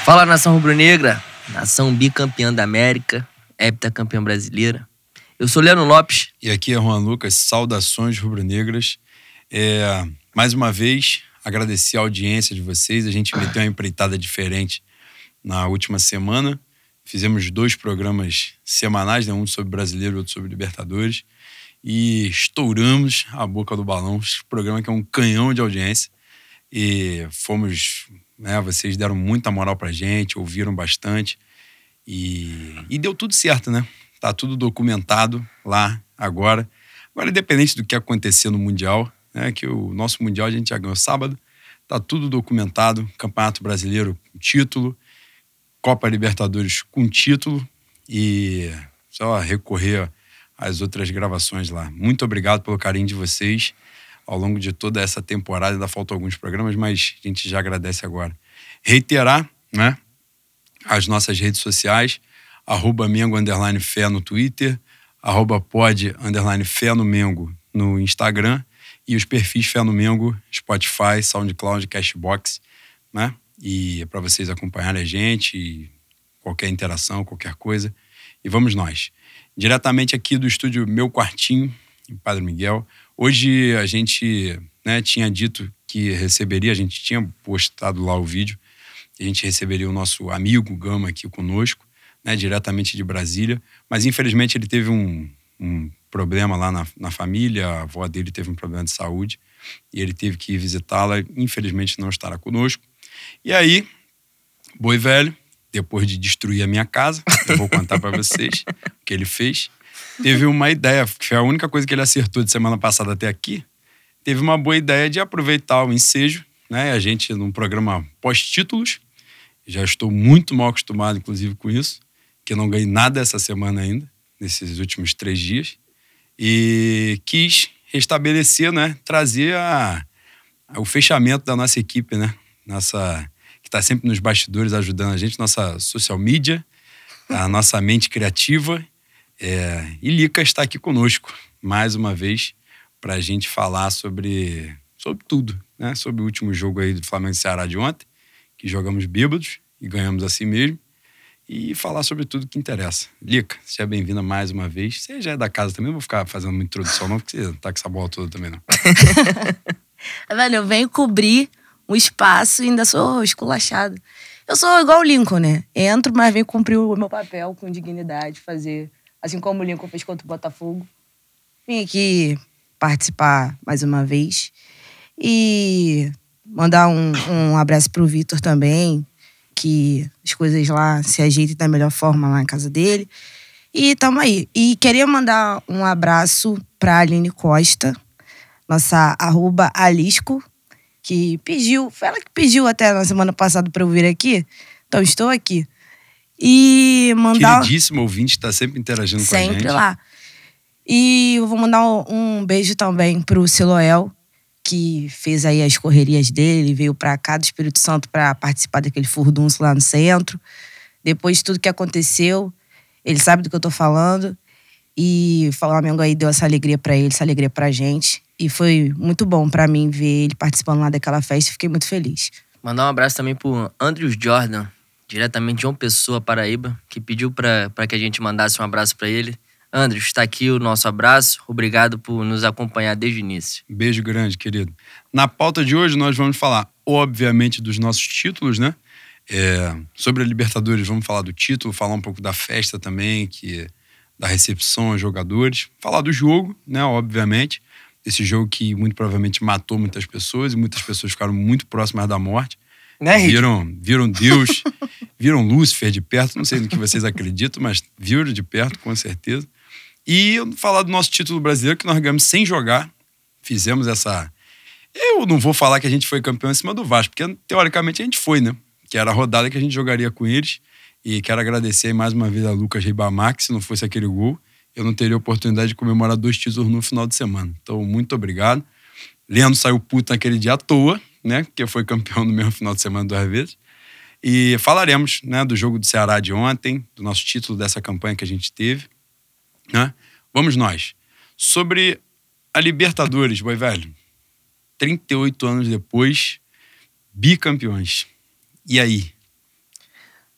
Fala, nação rubro-negra, nação bicampeã da América, heptacampeã brasileira. Eu sou Leandro Lopes. E aqui é Juan Lucas, saudações rubro-negras. Mais uma vez, agradecer a audiência de vocês. A gente meteu uma empreitada diferente na última semana. Fizemos 2 programas semanais, né? Um sobre brasileiro e outro sobre Libertadores. E estouramos a boca do balão. Esse programa que é um canhão de audiência. E fomos... vocês deram muita moral pra gente, ouviram bastante. E deu tudo certo, né? Tá tudo documentado lá agora. Agora, independente do que acontecer no Mundial, né? Que o nosso Mundial a gente já ganhou sábado. Tá tudo documentado. Campeonato Brasileiro com título. Copa Libertadores com título. E só recorrer às outras gravações lá. Muito obrigado pelo carinho de vocês ao longo de toda essa temporada. Ainda faltam alguns programas, mas a gente já agradece agora. Reiterar, né, as nossas redes sociais, @Mengo_Fé no Twitter, @pod_Fé no Mengo no Instagram e os perfis Fé no Mengo, Spotify, SoundCloud, Cashbox, né? E é para vocês acompanharem a gente, e qualquer interação, qualquer coisa. E vamos nós. Diretamente aqui do estúdio Meu Quartinho, em Padre Miguel. Hoje a gente, né, tinha dito que receberia, a gente tinha postado lá o vídeo, a gente receberia o nosso amigo Gama aqui conosco, né, diretamente de Brasília, mas infelizmente ele teve um problema lá na família, a avó dele teve um problema de saúde e ele teve que ir visitá-la, infelizmente não estará conosco. E aí, boi velho, depois de destruir a minha casa, eu vou contar para vocês o que ele fez. Teve uma ideia, que foi a única coisa que ele acertou de semana passada até aqui. Teve uma boa ideia de aproveitar o ensejo, né? A gente, num programa pós-títulos, já estou muito mal acostumado, inclusive, com isso, que eu não ganhei nada essa semana ainda, nesses últimos 3 dias, e quis restabelecer, né? Trazer o fechamento da nossa equipe, né? Que está sempre nos bastidores ajudando a gente, nossa social media, a nossa mente criativa. E Lica está aqui conosco, mais uma vez, para a gente falar sobre tudo, né? Sobre o último jogo aí do Flamengo e Ceará de ontem, que jogamos bêbados e ganhamos assim mesmo, e falar sobre tudo que interessa. Lica, seja bem-vinda mais uma vez. Você já é da casa também, não vou ficar fazendo muita introdução não, porque você tá com essa bola toda também não. Velho, eu venho cobrir um espaço e ainda sou esculachado. Eu sou igual o Lincoln, né? Entro, mas venho cumprir o meu papel com dignidade, fazer... Assim como o Lincoln fez contra o Botafogo. Vim aqui participar mais uma vez. E mandar um abraço pro Vitor também, que as coisas lá se ajeitem da melhor forma lá em casa dele. E tamo aí. E queria mandar um abraço pra Aline Costa, nossa @Alisco, que pediu, foi ela que pediu até na semana passada pra eu vir aqui. Então estou aqui. E mandar... Queridíssimo ouvinte, tá sempre interagindo com a gente. Sempre lá. E eu vou mandar um beijo também pro Siloel, que fez aí as correrias dele, veio pra cá do Espírito Santo pra participar daquele furdunço lá no centro. Depois de tudo que aconteceu, ele sabe do que eu tô falando. E o Flamengo aí deu essa alegria pra ele, essa alegria pra gente. E foi muito bom pra mim ver ele participando lá daquela festa. Fiquei muito feliz. Mandar um abraço também pro Andrews Jordan, diretamente de João Pessoa, Paraíba, que pediu pra que a gente mandasse um abraço pra ele. Andrews, está aqui o nosso abraço. Obrigado por nos acompanhar desde o início. Beijo grande, querido. Na pauta de hoje nós vamos falar, obviamente, dos nossos títulos, né? Sobre a Libertadores, vamos falar do título, falar um pouco da festa também, da recepção aos jogadores. Falar do jogo, né? Obviamente. Esse jogo que muito provavelmente matou muitas pessoas e muitas pessoas ficaram muito próximas da morte. Né, Viram Deus, viram Lúcifer de perto, não sei no que vocês acreditam, mas viram de perto, com certeza. E falar do nosso título brasileiro, que nós ganhamos sem jogar. Fizemos essa... Eu não vou falar que a gente foi campeão em cima do Vasco, porque teoricamente a gente foi, né? Que era a rodada que a gente jogaria com eles. E quero agradecer aí mais uma vez a Lucas Ribamar, que se não fosse aquele gol, eu não teria oportunidade de comemorar 2 títulos no final de semana. Então, muito obrigado. Leandro saiu puto naquele dia à toa, né? Porque foi campeão no mesmo final de semana 2 vezes. E falaremos, né, do jogo do Ceará de ontem, do nosso título dessa campanha que a gente teve, né? Vamos nós. Sobre a Libertadores, boi velho. 38 anos depois, bicampeões. E aí?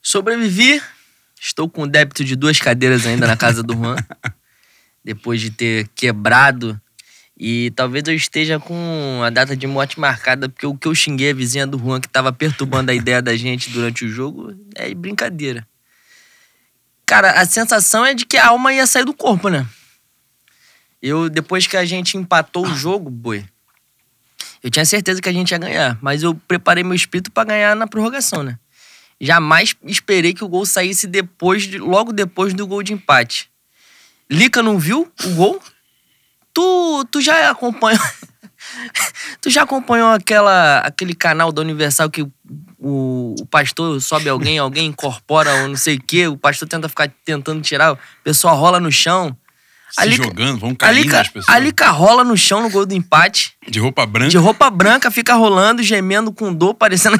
Sobrevivi. Estou com débito de 2 cadeiras ainda na casa do Juan. Depois de ter quebrado. E talvez eu esteja com a data de morte marcada, porque o que eu xinguei a vizinha do Juan, que tava perturbando a ideia da gente durante o jogo, é brincadeira. Cara, a sensação é de que a alma ia sair do corpo, né? Depois que a gente empatou o jogo, boi, eu tinha certeza que a gente ia ganhar, mas eu preparei meu espírito pra ganhar na prorrogação, né? Jamais esperei que o gol saísse logo depois do gol de empate. Lica não viu o gol? Tu já acompanhou... Tu já acompanhou aquele canal da Universal que o pastor sobe alguém incorpora ou não sei o quê, o pastor tenta ficar tentando tirar, o pessoal rola no chão. Jogando, vão caindo as pessoas. A Lica rola no chão no gol do empate. De roupa branca. De roupa branca, fica rolando, gemendo com dor, parecendo...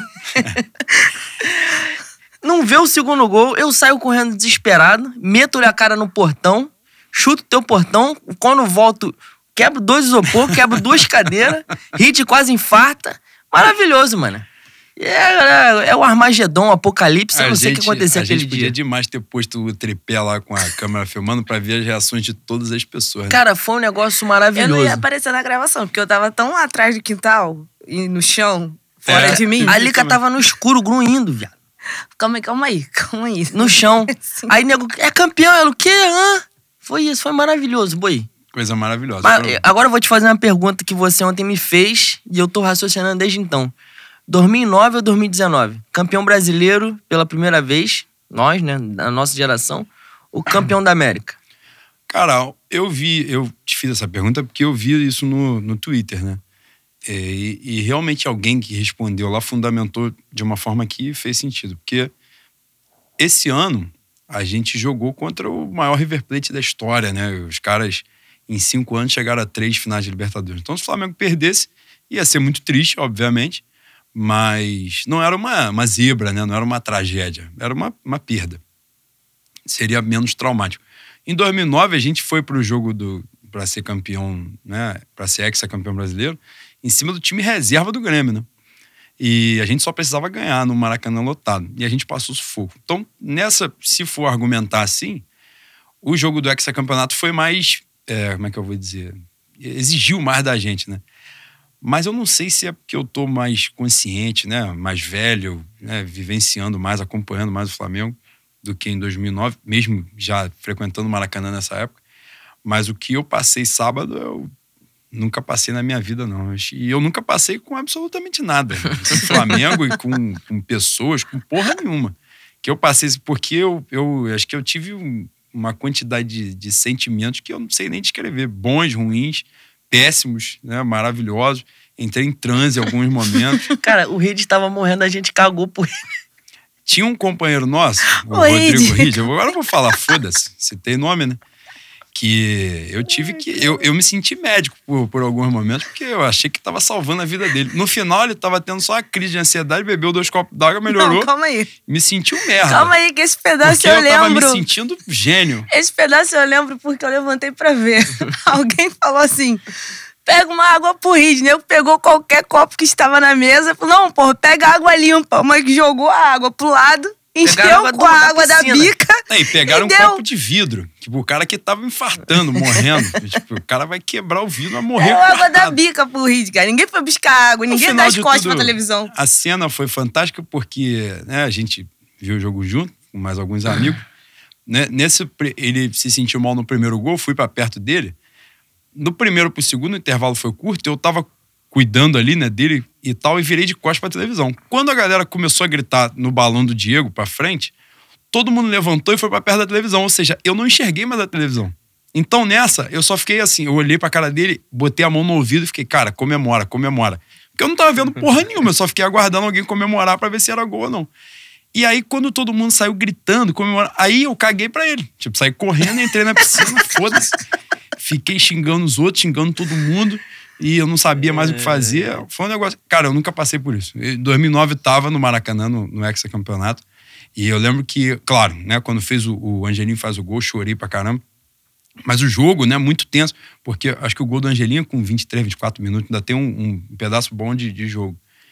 Não vê o segundo gol, eu saio correndo desesperado, meto-lhe a cara no portão, chuto teu portão, quando volto, quebro 2 isopor, quebro 2 cadeiras, Hit quase infarta. Maravilhoso, mano. É o Armagedon, o Apocalipse, eu não sei o que aconteceu aquele dia. A gente podia demais ter posto o tripé lá com a câmera filmando pra ver as reações de todas as pessoas. Né? Cara, foi um negócio maravilhoso. Eu não ia aparecer na gravação, porque eu tava tão atrás do quintal e no chão, fora de mim. A Lica tava no escuro, grunhindo, viado. Calma aí. No chão. Aí, nego, é campeão, ela o quê? Foi isso, foi maravilhoso, boi. Coisa maravilhosa. Mas, agora eu vou te fazer uma pergunta que você ontem me fez e eu tô raciocinando desde então. 2009 ou 2019? Campeão brasileiro pela primeira vez, nós, né, da nossa geração, o campeão da América. Cara, eu te fiz essa pergunta porque eu vi isso no Twitter, né? E realmente alguém que respondeu lá fundamentou de uma forma que fez sentido. Porque esse ano a gente jogou contra o maior River Plate da história, né? Os caras, em 5 anos, chegaram a 3 finais de Libertadores. Então, se o Flamengo perdesse, ia ser muito triste, obviamente. Mas não era uma zebra, né? Não era uma tragédia. Era uma perda. Seria menos traumático. Em 2009, a gente foi pro jogo para ser campeão, né? Para ser ex-campeão brasileiro, em cima do time reserva do Grêmio, né? E a gente só precisava ganhar no Maracanã lotado. E a gente passou sufoco. Então, se for argumentar assim, o jogo do ex-campeonato foi mais... como é que eu vou dizer? Exigiu mais da gente, né? Mas eu não sei se é porque eu tô mais consciente, né? Mais velho, né? Vivenciando mais, acompanhando mais o Flamengo do que em 2009, mesmo já frequentando o Maracanã nessa época. Mas o que eu passei sábado, eu nunca passei na minha vida, não. E eu nunca passei com absolutamente nada. Com o Flamengo e com pessoas, com porra nenhuma. Que eu passei, porque eu acho que eu tive uma quantidade de sentimentos que eu não sei nem descrever. Bons, ruins, péssimos, né? Maravilhosos. Entrei em transe em alguns momentos. Cara, o Reed tava morrendo, a gente cagou por ele. Tinha um companheiro nosso, o Rodrigo Reed. Agora eu vou falar, foda-se, citei nome, né? Que eu tive que... Eu me senti médico por alguns momentos, porque eu achei que tava salvando a vida dele. No final, ele tava tendo só uma crise de ansiedade, bebeu 2 copos d'água, melhorou. Não, calma aí. Me senti um merda. Calma aí, que esse pedaço eu lembro. Eu tava me sentindo gênio. Esse pedaço eu lembro porque eu levantei pra ver. Alguém falou assim... Pega uma água pro Reed, né? Pegou qualquer copo que estava na mesa. Falou, não, porra, pega água limpa. Mas jogou a água pro lado, encheu com a água da bica. E pegaram um copo de vidro. Tipo, o cara que tava infartando, morrendo. Tipo, o cara vai quebrar o vidro, vai morrer. Deu água da bica pro Reed, cara. Ninguém foi buscar água, ninguém dá as costas pra televisão. A cena foi fantástica porque, né, a gente viu o jogo junto, com mais alguns amigos. Né, ele se sentiu mal no primeiro gol, fui pra perto dele. No primeiro pro segundo, o intervalo foi curto, eu tava cuidando ali, né, dele e tal, e virei de costas pra televisão. Quando a galera começou a gritar no balão do Diego pra frente, todo mundo levantou e foi pra perto da televisão, ou seja, eu não enxerguei mais a televisão. Então nessa, eu só fiquei assim, eu olhei pra cara dele, botei a mão no ouvido e fiquei, cara, comemora. Porque eu não tava vendo porra nenhuma, eu só fiquei aguardando alguém comemorar pra ver se era gol ou não. E aí, quando todo mundo saiu gritando, comemorando, aí eu caguei pra ele. Tipo, saí correndo, entrei na piscina, foda-se. Fiquei xingando os outros, xingando todo mundo. E eu não sabia mais o que fazer. Foi um negócio... Cara, eu nunca passei por isso. Em 2009, eu tava no Maracanã, no hexacampeonato. E eu lembro que, claro, né, quando fez o Angelinho faz o gol, chorei pra caramba. Mas o jogo, né, muito tenso. Porque acho que o gol do Angelinho, com 23, 24 minutos, ainda tem um pedaço bom de jogo.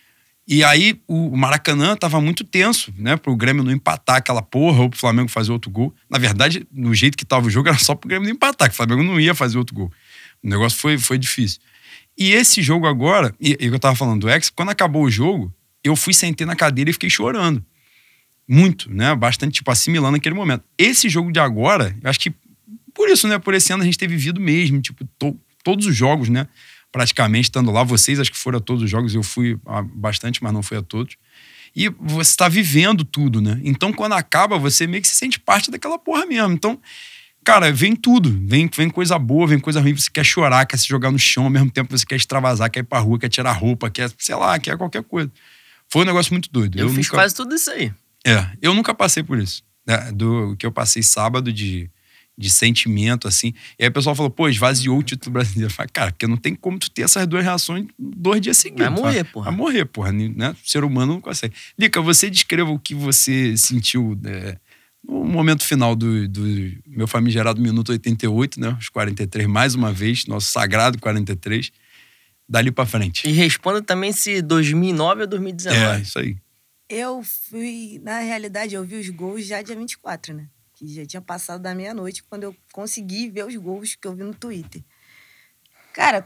E aí o Maracanã tava muito tenso, né? Pro Grêmio não empatar aquela porra ou pro Flamengo fazer outro gol. Na verdade, no jeito que tava o jogo, era só pro Grêmio não empatar, que o Flamengo não ia fazer outro gol. O negócio foi difícil. E esse jogo agora, e eu tava falando do Hexa, quando acabou o jogo, eu sentei na cadeira e fiquei chorando. Muito, né? Bastante, tipo, assimilando aquele momento. Esse jogo de agora, eu acho que por isso, né? Por esse ano a gente ter vivido mesmo, tipo, todos os jogos, né? Praticamente estando lá. Vocês acho que foram a todos os jogos, eu fui a bastante, mas não fui a todos. E você está vivendo tudo, né? Então, quando acaba, você meio que se sente parte daquela porra mesmo. Então, cara, vem tudo. Vem coisa boa, vem coisa ruim. Você quer chorar, quer se jogar no chão, ao mesmo tempo você quer extravasar, quer ir pra rua, quer tirar roupa, quer, sei lá, quer qualquer coisa. Foi um negócio muito doido. Eu fiz quase tudo isso aí. Eu nunca passei por isso. Né? Do que eu passei sábado de sentimento, assim. E aí o pessoal falou, pô, esvaziou o título brasileiro. Eu falei, cara, porque não tem como tu ter essas duas reações 2 dias seguidos. Vai morrer, porra. Vai morrer, porra. Né? O ser humano não consegue. Lica, você descreva o que você sentiu no momento final do meu famigerado minuto 88, né? Os 43, mais uma vez, nosso sagrado 43, dali pra frente. E responda também se 2009 ou 2019. Isso aí. Eu fui, na realidade, eu vi os gols já dia 24, né? Que já tinha passado da meia-noite, quando eu consegui ver os gols que eu vi no Twitter. Cara,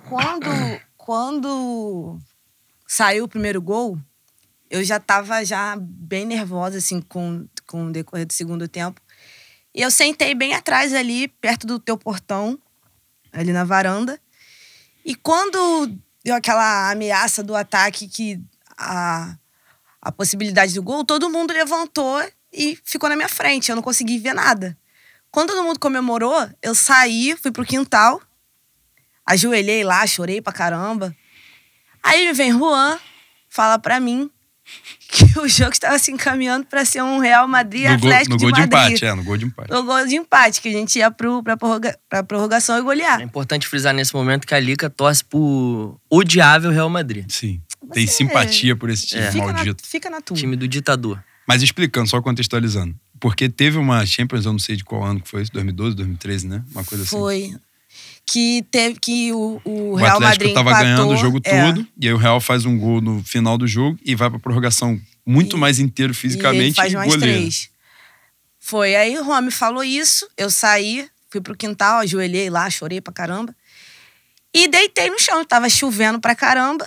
quando saiu o primeiro gol, eu já tava bem nervosa, assim, com o decorrer do segundo tempo. E eu sentei bem atrás ali, perto do teu portão, ali na varanda. E quando deu aquela ameaça do ataque, que a possibilidade do gol, todo mundo levantou e ficou na minha frente. Eu não consegui ver nada. Quando todo mundo comemorou, eu saí, fui pro quintal, ajoelhei lá, chorei pra caramba. Aí vem Juan, fala pra mim que o jogo estava se encaminhando pra ser um Real Madrid Atlético de Madrid. No gol de empate. No gol de empate, que a gente ia pra prorrogação e golear. É importante frisar nesse momento que a Lica torce por odiável Real Madrid. Sim. Tem simpatia por esse time maldito. Fica na tua. Time do ditador. Mas explicando, só contextualizando. Porque teve uma Champions, eu não sei de qual ano que foi, 2012, 2013, né? Uma coisa assim. Foi. Que teve que o Atlético Real Madrid tava empatou, ganhando o jogo todo, e aí o Real faz um gol no final do jogo e vai pra prorrogação muito mais inteiro fisicamente. E faz mais goleiro. 3. Foi. Aí o Juan me falou isso, eu saí, fui pro quintal, ajoelhei lá, chorei pra caramba. E deitei no chão, tava chovendo pra caramba.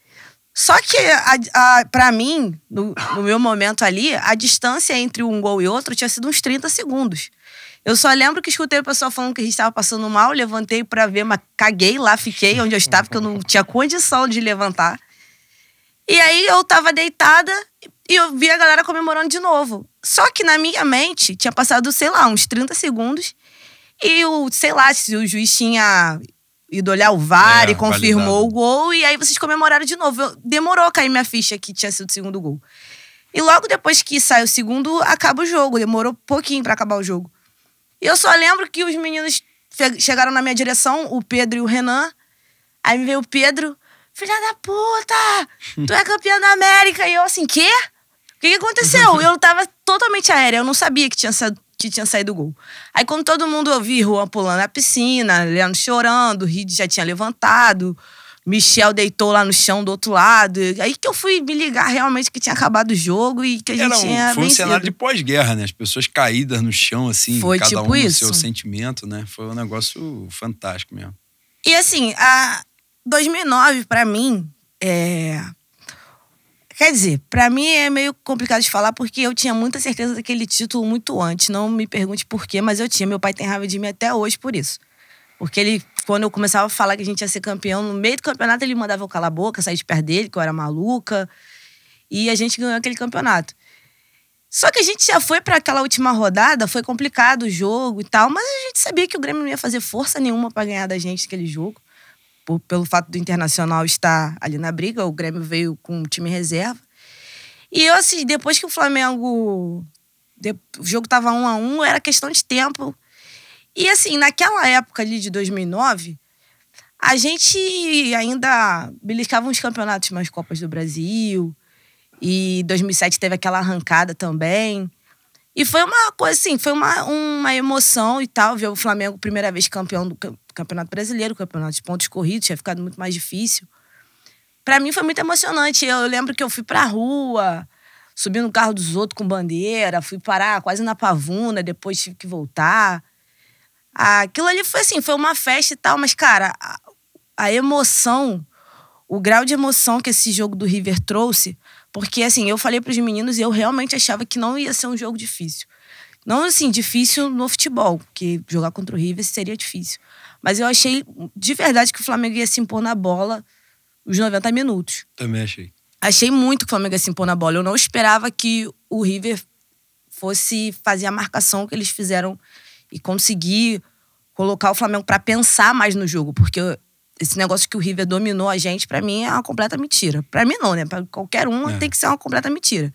Só que, pra mim, no meu momento ali, a distância entre um gol e outro tinha sido uns 30 segundos. Eu só lembro que escutei o pessoal falando que a gente estava passando mal, levantei pra ver, mas caguei lá, fiquei onde eu estava, porque eu não tinha condição de levantar. E aí eu tava deitada e eu vi a galera comemorando de novo. Só que na minha mente tinha passado, sei lá, uns 30 segundos. E sei lá, se o juiz tinha ido olhar o VAR e confirmou o gol, e aí vocês comemoraram de novo. Demorou a cair minha ficha que tinha sido o segundo gol. E logo depois que sai o segundo, acaba o jogo. Demorou pouquinho pra acabar o jogo. E eu só lembro que os meninos chegaram na minha direção, o Pedro e o Renan. Aí me veio o Pedro, filha da puta, tu é campeã da América. E eu assim, quê? O que aconteceu? Eu tava totalmente aérea, eu não sabia que tinha saído o gol. Aí quando todo mundo ouviu Juan pulando na piscina, Leandro chorando, o Reed já tinha levantado, Michel deitou lá no chão do outro lado. Aí que eu fui me ligar realmente que tinha acabado o jogo e que a gente tinha Foi um vencido. cenário de pós-guerra, né? As pessoas caídas no chão, assim, foi cada tipo um no isso. seu sentimento, né? Foi um negócio fantástico mesmo. E assim, a 2009 pra mim Quer dizer, pra mim é meio complicado de falar porque eu tinha muita certeza daquele título muito antes. Não me pergunte por quê, mas eu tinha. Meu pai tem raiva de mim até hoje por isso. Porque ele, quando eu começava a falar que a gente ia ser campeão, no meio do campeonato ele mandava eu calar a boca, sair de perto dele, que eu era maluca. E a gente ganhou aquele campeonato. Só que a gente já foi pra aquela última rodada, foi complicado o jogo e tal, mas a gente sabia que o Grêmio não ia fazer força nenhuma pra ganhar da gente naquele jogo. Pelo fato do Internacional estar ali na briga, o Grêmio veio com o time reserva. E eu, assim, depois que o Flamengo... O jogo tava 1-1, era questão de tempo. E, assim, naquela época ali de 2009, a gente ainda beliscava uns campeonatos, mais Copas do Brasil. E 2007 teve aquela arrancada também. E foi uma coisa assim, foi uma emoção e tal, ver o Flamengo primeira vez campeão do Campeonato Brasileiro, campeonato de pontos corridos, tinha ficado muito mais difícil. pra mim foi muito emocionante. Eu lembro que eu fui pra rua, subi no carro dos outros com bandeira, fui parar quase na Pavuna, depois tive que voltar. Aquilo ali foi assim, foi uma festa e tal, mas, cara, a emoção, o grau de emoção que esse jogo do River trouxe, porque, assim, eu falei pros meninos e eu realmente achava que não ia ser um jogo difícil. Não, assim, difícil no futebol, porque jogar contra o River seria difícil. Mas eu achei, de verdade, que o Flamengo ia se impor na bola os 90 minutos. Também achei. Achei muito que o Flamengo ia se impor na bola. Eu não esperava que o River fosse fazer a marcação que eles fizeram e conseguir colocar o Flamengo pra pensar mais no jogo. Porque esse negócio que o River dominou a gente, pra mim, é uma completa mentira. Pra mim não, né? Pra qualquer um tem que ser uma completa mentira.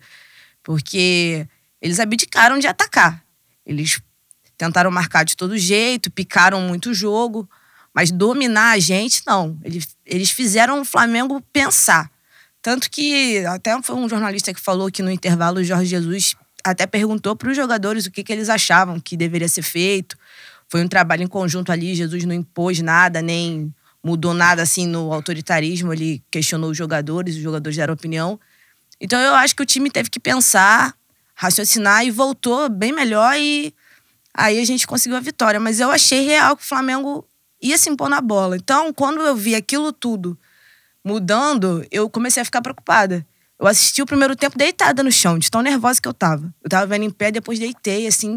Porque eles abdicaram de atacar. Eles tentaram marcar de todo jeito, picaram muito o jogo. Mas dominar a gente, não. Eles fizeram o Flamengo pensar. Tanto que até foi um jornalista que falou que no intervalo o Jorge Jesus até perguntou para os jogadores o que eles achavam que deveria ser feito. Foi um trabalho em conjunto ali, Jesus não impôs nada, nem mudou nada assim no autoritarismo, ele questionou os jogadores deram opinião. Então eu acho que o time teve que pensar, raciocinar e voltou bem melhor e aí a gente conseguiu a vitória. Mas eu achei real que o Flamengo ia se impor na bola. Então, quando eu vi aquilo tudo mudando, eu comecei a ficar preocupada. Eu assisti o primeiro tempo deitada no chão, de tão nervosa que eu tava. Eu tava vendo em pé, depois deitei, assim.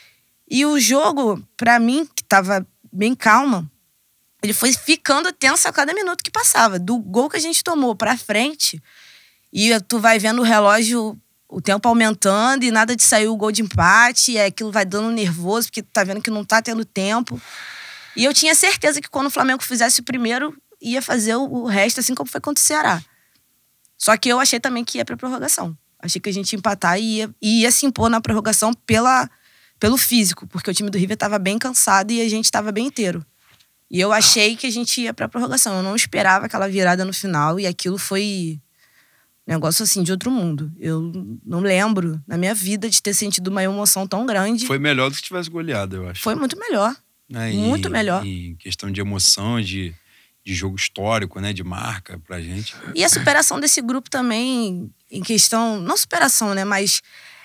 E o jogo, pra mim, que tava bem calma, ele foi ficando tenso a cada minuto que passava. Do gol que a gente tomou pra frente, e tu vai vendo o relógio, o tempo aumentando, e nada de sair o gol de empate, e aquilo vai dando nervoso, porque tu tá vendo que não tá tendo tempo. E eu tinha certeza que quando o Flamengo fizesse o primeiro, ia fazer o resto, assim como foi contra o Ceará. Só que eu achei também que ia pra prorrogação. Achei que a gente ia empatar e ia se impor na prorrogação pelo físico, porque o time do River tava bem cansado e a gente tava bem inteiro. E eu achei que a gente ia pra prorrogação. Eu não esperava aquela virada no final e aquilo foi um negócio assim de outro mundo. Eu não lembro na minha vida de ter sentido uma emoção tão grande. Foi melhor do que se tivesse goleado, eu acho. Foi muito melhor. Muito melhor. Em questão de emoção, de jogo histórico, né? De marca pra gente. E a superação desse grupo também, em questão... Não superação, né? Mas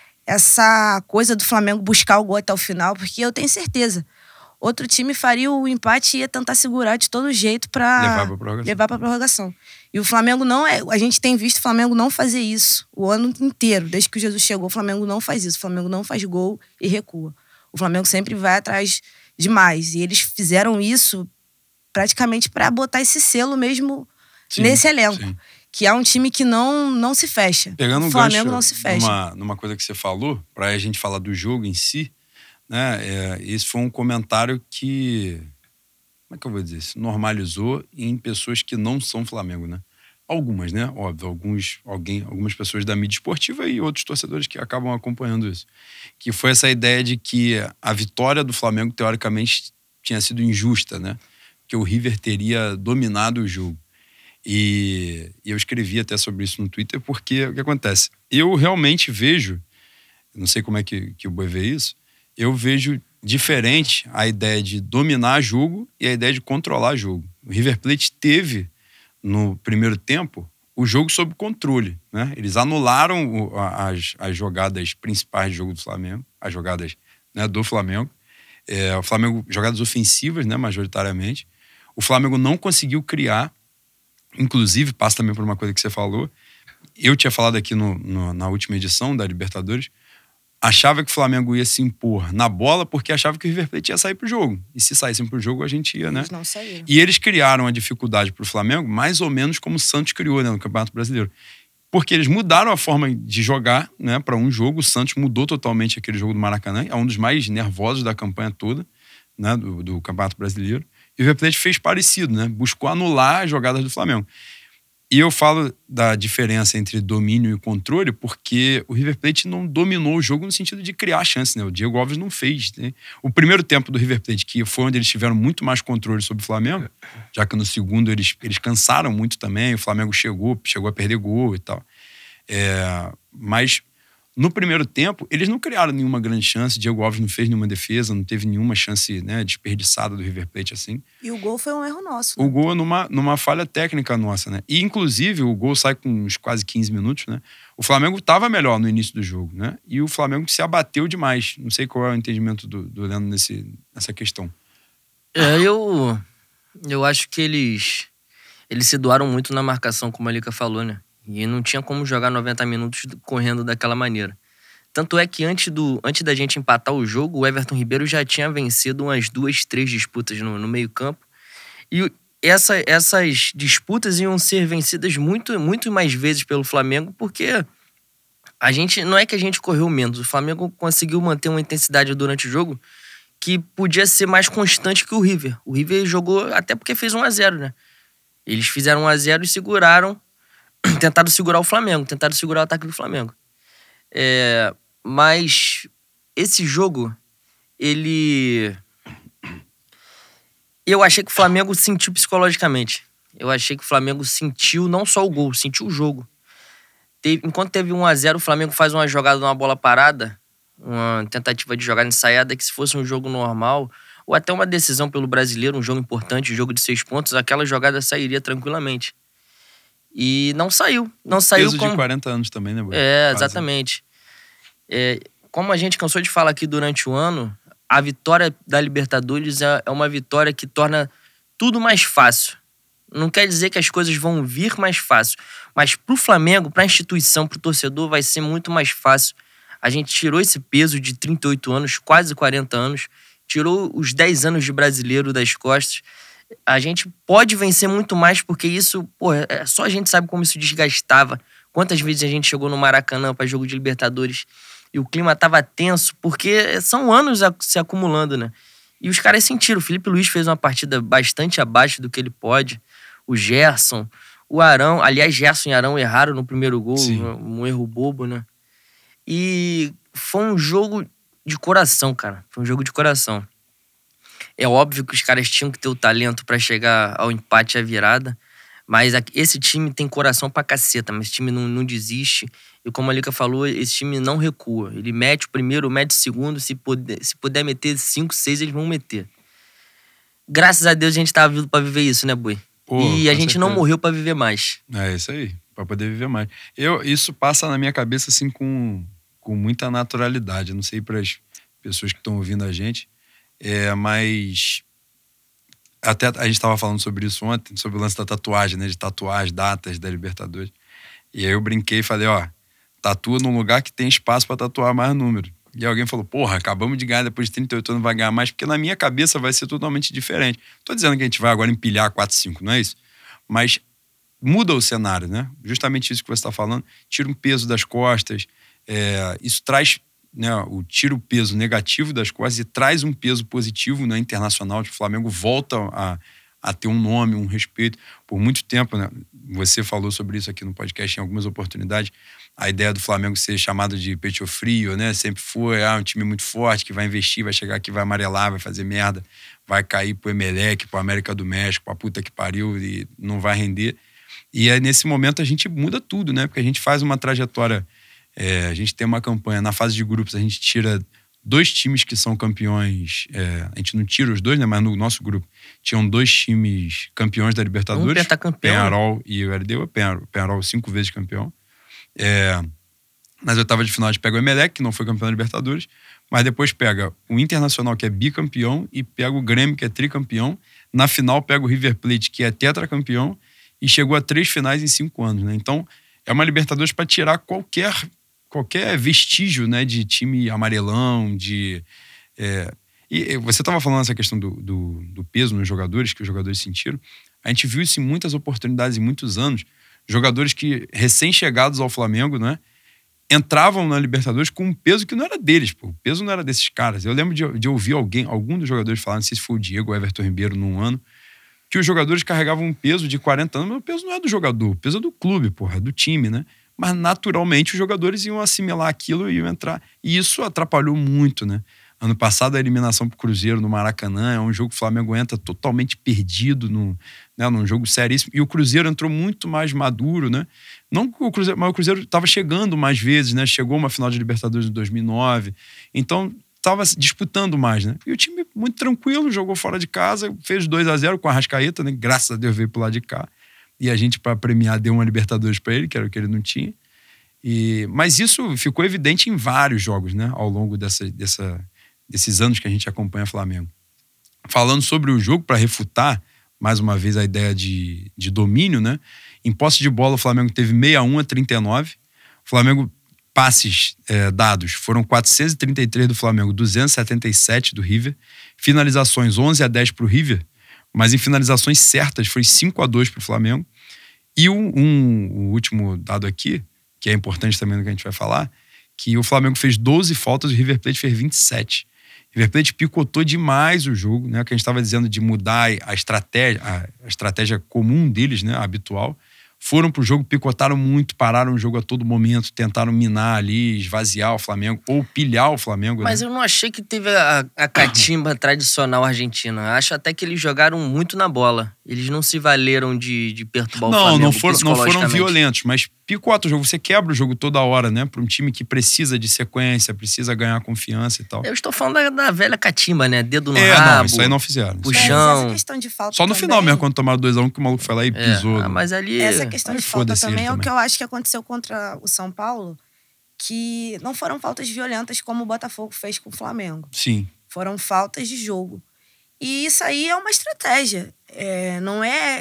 essa coisa do Flamengo buscar o gol até o final, porque eu tenho certeza. Outro time faria o empate e ia tentar segurar de todo jeito pra levar pra prorrogação. E o Flamengo não é... A gente tem visto o Flamengo não fazer isso o ano inteiro. Desde que o Jesus chegou, o Flamengo não faz isso. O Flamengo não faz gol e recua. O Flamengo sempre vai atrás demais. E eles fizeram isso praticamente para botar esse selo mesmo nesse elenco. Sim. Que é um time que não se fecha. Pegando o Flamengo não se fecha. Numa coisa que você falou, pra a gente falar do jogo em si, né? Esse foi um comentário que, como é que eu vou dizer isso? Normalizou em pessoas que não são Flamengo, né? Algumas, né? Óbvio, algumas pessoas da mídia esportiva e outros torcedores que acabam acompanhando isso. Que foi essa ideia de que a vitória do Flamengo, teoricamente, tinha sido injusta, né? Que o River teria dominado o jogo. E eu escrevi até sobre isso no Twitter, porque o que acontece? Eu realmente vejo, não sei como é que o Boi vê isso, eu vejo diferente a ideia de dominar jogo e a ideia de controlar jogo. O River Plate teve, no primeiro tempo, o jogo sob controle, né? Eles anularam as jogadas principais do jogo do Flamengo, as jogadas, né, do Flamengo. O Flamengo, jogadas ofensivas, né, majoritariamente. O Flamengo não conseguiu criar, inclusive, passa também por uma coisa que você falou, eu tinha falado aqui na última edição da Libertadores, achava que o Flamengo ia se impor na bola porque achava que o River Plate ia sair pro jogo. E se saíssem pro jogo, a gente ia, né? Eles não saíram. E eles criaram a dificuldade pro Flamengo mais ou menos como o Santos criou, né, no Campeonato Brasileiro. Porque eles mudaram a forma de jogar, né, para um jogo. O Santos mudou totalmente aquele jogo do Maracanã. É um dos mais nervosos da campanha toda, né, do Campeonato Brasileiro. E o River Plate fez parecido, né? Buscou anular as jogadas do Flamengo. E eu falo da diferença entre domínio e controle porque o River Plate não dominou o jogo no sentido de criar chance, né? O Diego Alves não fez, né? O primeiro tempo do River Plate, que foi onde eles tiveram muito mais controle sobre o Flamengo, já que no segundo eles cansaram muito também, o Flamengo chegou a perder gol e tal. Mas No primeiro tempo, eles não criaram nenhuma grande chance. Diego Alves não fez nenhuma defesa, não teve nenhuma chance, né, desperdiçada do River Plate assim. E o gol foi um erro nosso. Né? O gol é numa falha técnica nossa, né? E, inclusive, o gol sai com uns quase 15 minutos, né? O Flamengo estava melhor no início do jogo, né? E o Flamengo se abateu demais. Não sei qual é o entendimento do Leandro nessa questão. Eu acho que eles se doaram muito na marcação, como a Lica falou, né? E não tinha como jogar 90 minutos correndo daquela maneira. Tanto é que antes da gente empatar o jogo, o Everton Ribeiro já tinha vencido umas 2, 3 disputas no meio-campo. E essas disputas iam ser vencidas muito, muito mais vezes pelo Flamengo, porque não é que a gente correu menos. O Flamengo conseguiu manter uma intensidade durante o jogo que podia ser mais constante que o River. O River jogou até porque fez 1-0, né? Eles fizeram 1-0 e seguraram, tentaram segurar o Flamengo, tentaram segurar o ataque do Flamengo. Mas esse jogo, eu achei que o Flamengo sentiu psicologicamente. Eu achei que o Flamengo sentiu não só o gol, sentiu o jogo. Enquanto teve 1-0, o Flamengo faz uma jogada numa bola parada, uma tentativa de jogada ensaiada, que se fosse um jogo normal, ou até uma decisão pelo Brasileiro, um jogo importante, um jogo de 6 pontos, aquela jogada sairia tranquilamente. E não saiu. Não saiu peso de 40 anos também, né, Boi? Exatamente. Como a gente cansou de falar aqui durante o ano, a vitória da Libertadores é uma vitória que torna tudo mais fácil. Não quer dizer que as coisas vão vir mais fácil, mas pro Flamengo, pra instituição, pro torcedor, vai ser muito mais fácil. A gente tirou esse peso de 38 anos, quase 40 anos, tirou os 10 anos de brasileiro das costas. A gente pode vencer muito mais, porque isso, só a gente sabe como isso desgastava. Quantas vezes a gente chegou no Maracanã para jogo de Libertadores e o clima tava tenso, porque são anos se acumulando, né? E os caras sentiram. O Felipe Luiz fez uma partida bastante abaixo do que ele pode. O Gerson, o Arão. Aliás, Gerson e Arão erraram no primeiro gol, um erro bobo, né? E foi um jogo de coração, cara. Foi um jogo de coração. É óbvio que os caras tinham que ter o talento pra chegar ao empate e à virada, mas esse time tem coração pra caceta, mas esse time não desiste. E como a Lica falou, esse time não recua. Ele mete o primeiro, mete o segundo, se puder meter 5, 6, eles vão meter. Graças a Deus a gente tava vivo pra viver isso, né, Boi? E a gente não morreu pra viver mais. É isso aí, pra poder viver mais. Isso passa na minha cabeça assim com muita naturalidade. Eu não sei para as pessoas que estão ouvindo a gente, mas até a gente estava falando sobre isso ontem, sobre o lance da tatuagem, né? De tatuar as datas da Libertadores. E aí eu brinquei e falei, tatua num lugar que tem espaço para tatuar mais número. E alguém falou, acabamos de ganhar depois de 38 anos, vai ganhar mais, porque na minha cabeça vai ser totalmente diferente. Tô dizendo que a gente vai agora empilhar 4, 5, não é isso? Mas muda o cenário, né? Justamente isso que você está falando. Tira um peso das costas, isso traz, né, tira o peso negativo das costas e traz um peso positivo, né, internacional. O Flamengo volta a ter um nome, um respeito. Por muito tempo, né, você falou sobre isso aqui no podcast em algumas oportunidades, a ideia do Flamengo ser chamado de pecho frio, né, sempre foi um time muito forte, que vai investir, vai chegar aqui, vai amarelar, vai fazer merda, vai cair pro Emelec, pro América do México, pra puta que pariu e não vai render. E aí, nesse momento, a gente muda tudo, né, porque a gente faz uma trajetória. A gente tem uma campanha, na fase de grupos, a gente tira 2 times que são campeões, a gente não tira os 2, né, mas no nosso grupo tinham 2 times campeões da Libertadores, Peñarol e o LDU, Peñarol 5 vezes campeão. Nas oitavas de final a gente pega o Emelec, que não foi campeão da Libertadores, mas depois pega o Internacional, que é bicampeão, e pega o Grêmio, que é tricampeão. Na final pega o River Plate, que é tetracampeão, e chegou a 3 finais em 5 anos, né? Então é uma Libertadores para tirar qualquer vestígio, né, de time amarelão, E você estava falando essa questão do peso nos jogadores, que os jogadores sentiram. A gente viu isso em muitas oportunidades, em muitos anos. Jogadores que, recém-chegados ao Flamengo, né, entravam na Libertadores com um peso que não era deles, pô. O peso não era desses caras. Eu lembro de ouvir algum dos jogadores falar, não sei se foi o Diego ou o Everton Ribeiro num ano, que os jogadores carregavam um peso de 40 anos, mas o peso não é do jogador, o peso é do clube, porra, é do time, né? Mas naturalmente os jogadores iam assimilar aquilo e iam entrar. E isso atrapalhou muito, né? Ano passado, a eliminação pro Cruzeiro no Maracanã é um jogo que o Flamengo entra totalmente perdido num jogo seríssimo. E o Cruzeiro entrou muito mais maduro, né? Não que o Cruzeiro, mas o Cruzeiro estava chegando mais vezes, né? Chegou uma final de Libertadores em 2009. Então, estava disputando mais, né? E o time muito tranquilo, jogou fora de casa, fez 2-0 com a Arrascaeta, né? Graças a Deus veio pro lado de cá. E a gente, para premiar, deu uma Libertadores para ele, que era o que ele não tinha. Mas isso ficou evidente em vários jogos, né? Ao longo desses anos que a gente acompanha o Flamengo. Falando sobre o jogo, para refutar, mais uma vez, a ideia de domínio, né? Em posse de bola, o Flamengo teve 61-39. O Flamengo, passes dados, foram 433 do Flamengo, 277 do River. Finalizações, 11-10 pro River. Mas em finalizações certas, foi 5-2 pro Flamengo. E o último dado aqui, que é importante também no que a gente vai falar, que o Flamengo fez 12 faltas e o River Plate fez 27. O River Plate picotou demais o jogo, né? O que a gente estava dizendo de mudar a estratégia comum deles, né? A habitual. Foram pro jogo, picotaram muito, pararam o jogo a todo momento, tentaram minar ali, esvaziar o Flamengo, ou pilhar o Flamengo. Mas né? eu não achei que teve a catimba tradicional argentina. Acho até que eles jogaram muito na bola. Eles não se valeram de perturbar o Flamengo Não foram psicologicamente. violentos, mas picota o jogo. Você quebra o jogo toda hora, né? Para um time que precisa de sequência, precisa ganhar confiança e tal. Eu estou falando da velha catimba, né? Dedo no rabo. Não, isso aí não fizeram. Puxão. Essa questão de falta Só no também, final mesmo, quando tomaram 2-1, que o maluco foi lá e pisou. Mas ali... Essa questão de falta também é o também. que eu acho que aconteceu contra o São Paulo, que não foram faltas violentas como o Botafogo fez com o Flamengo. Sim. Foram faltas de jogo. E isso aí é uma estratégia. Não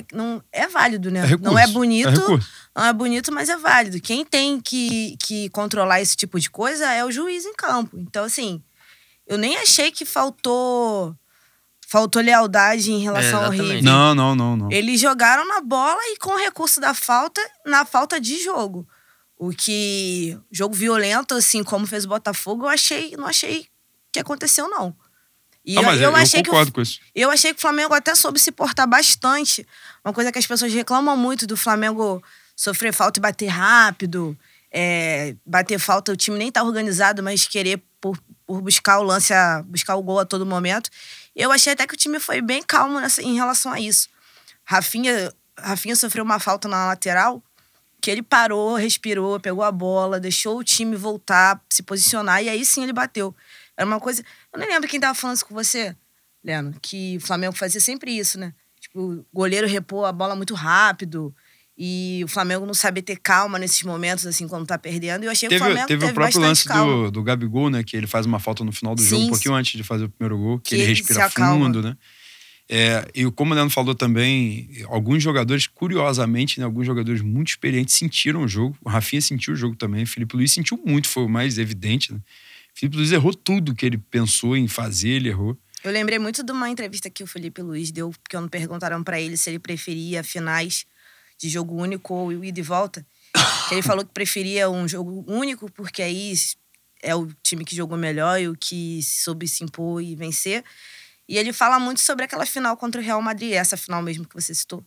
é válido, né? É recurso. Não é bonito, É recurso. não é bonito, mas é válido. Quem tem que controlar esse tipo de coisa é o juiz em campo. Então, assim, eu nem achei que faltou lealdade em relação ao exatamente. River. Não. Eles jogaram na bola e com o recurso da falta, na falta de jogo. O que... Jogo violento, assim, como fez o Botafogo, não achei que aconteceu, não. E Mas eu concordo com isso. Eu achei que o Flamengo até soube se portar bastante. Uma coisa que as pessoas reclamam muito do Flamengo sofrer falta e bater rápido. Bater falta, o time nem tá organizado, mas querer por buscar o lance, buscar o gol a todo momento. Eu achei até que o time foi bem calmo em relação a isso. Rafinha sofreu uma falta na lateral, que ele parou, respirou, pegou a bola, deixou o time voltar, se posicionar, e aí sim ele bateu. Era uma coisa... Eu nem lembro quem tava falando isso com você, Leno, que o Flamengo fazia sempre isso, né? Tipo, o goleiro repôs a bola muito rápido e o Flamengo não sabe ter calma nesses momentos, assim, quando tá perdendo. E eu achei que o Flamengo teve o próprio lance calma. do Gabigol, né? Que ele faz uma falta no final do jogo, um pouquinho antes de fazer o primeiro gol, que ele respira fundo, né? E como o Leandro falou também, alguns jogadores, curiosamente, né, alguns jogadores muito experientes sentiram o jogo. O Rafinha sentiu o jogo também, o Felipe Luiz sentiu muito, foi o mais evidente, né? O Felipe Luiz errou tudo que ele pensou em fazer, ele errou. Eu lembrei muito de uma entrevista que o Felipe Luiz deu, porque quando perguntaram pra ele se ele preferia finais de jogo único ou ida e volta, que ele falou que preferia um jogo único, porque aí é o time que jogou melhor e o que soube se impor e vencer. E ele fala muito sobre aquela final contra o Real Madrid, essa final mesmo que você citou.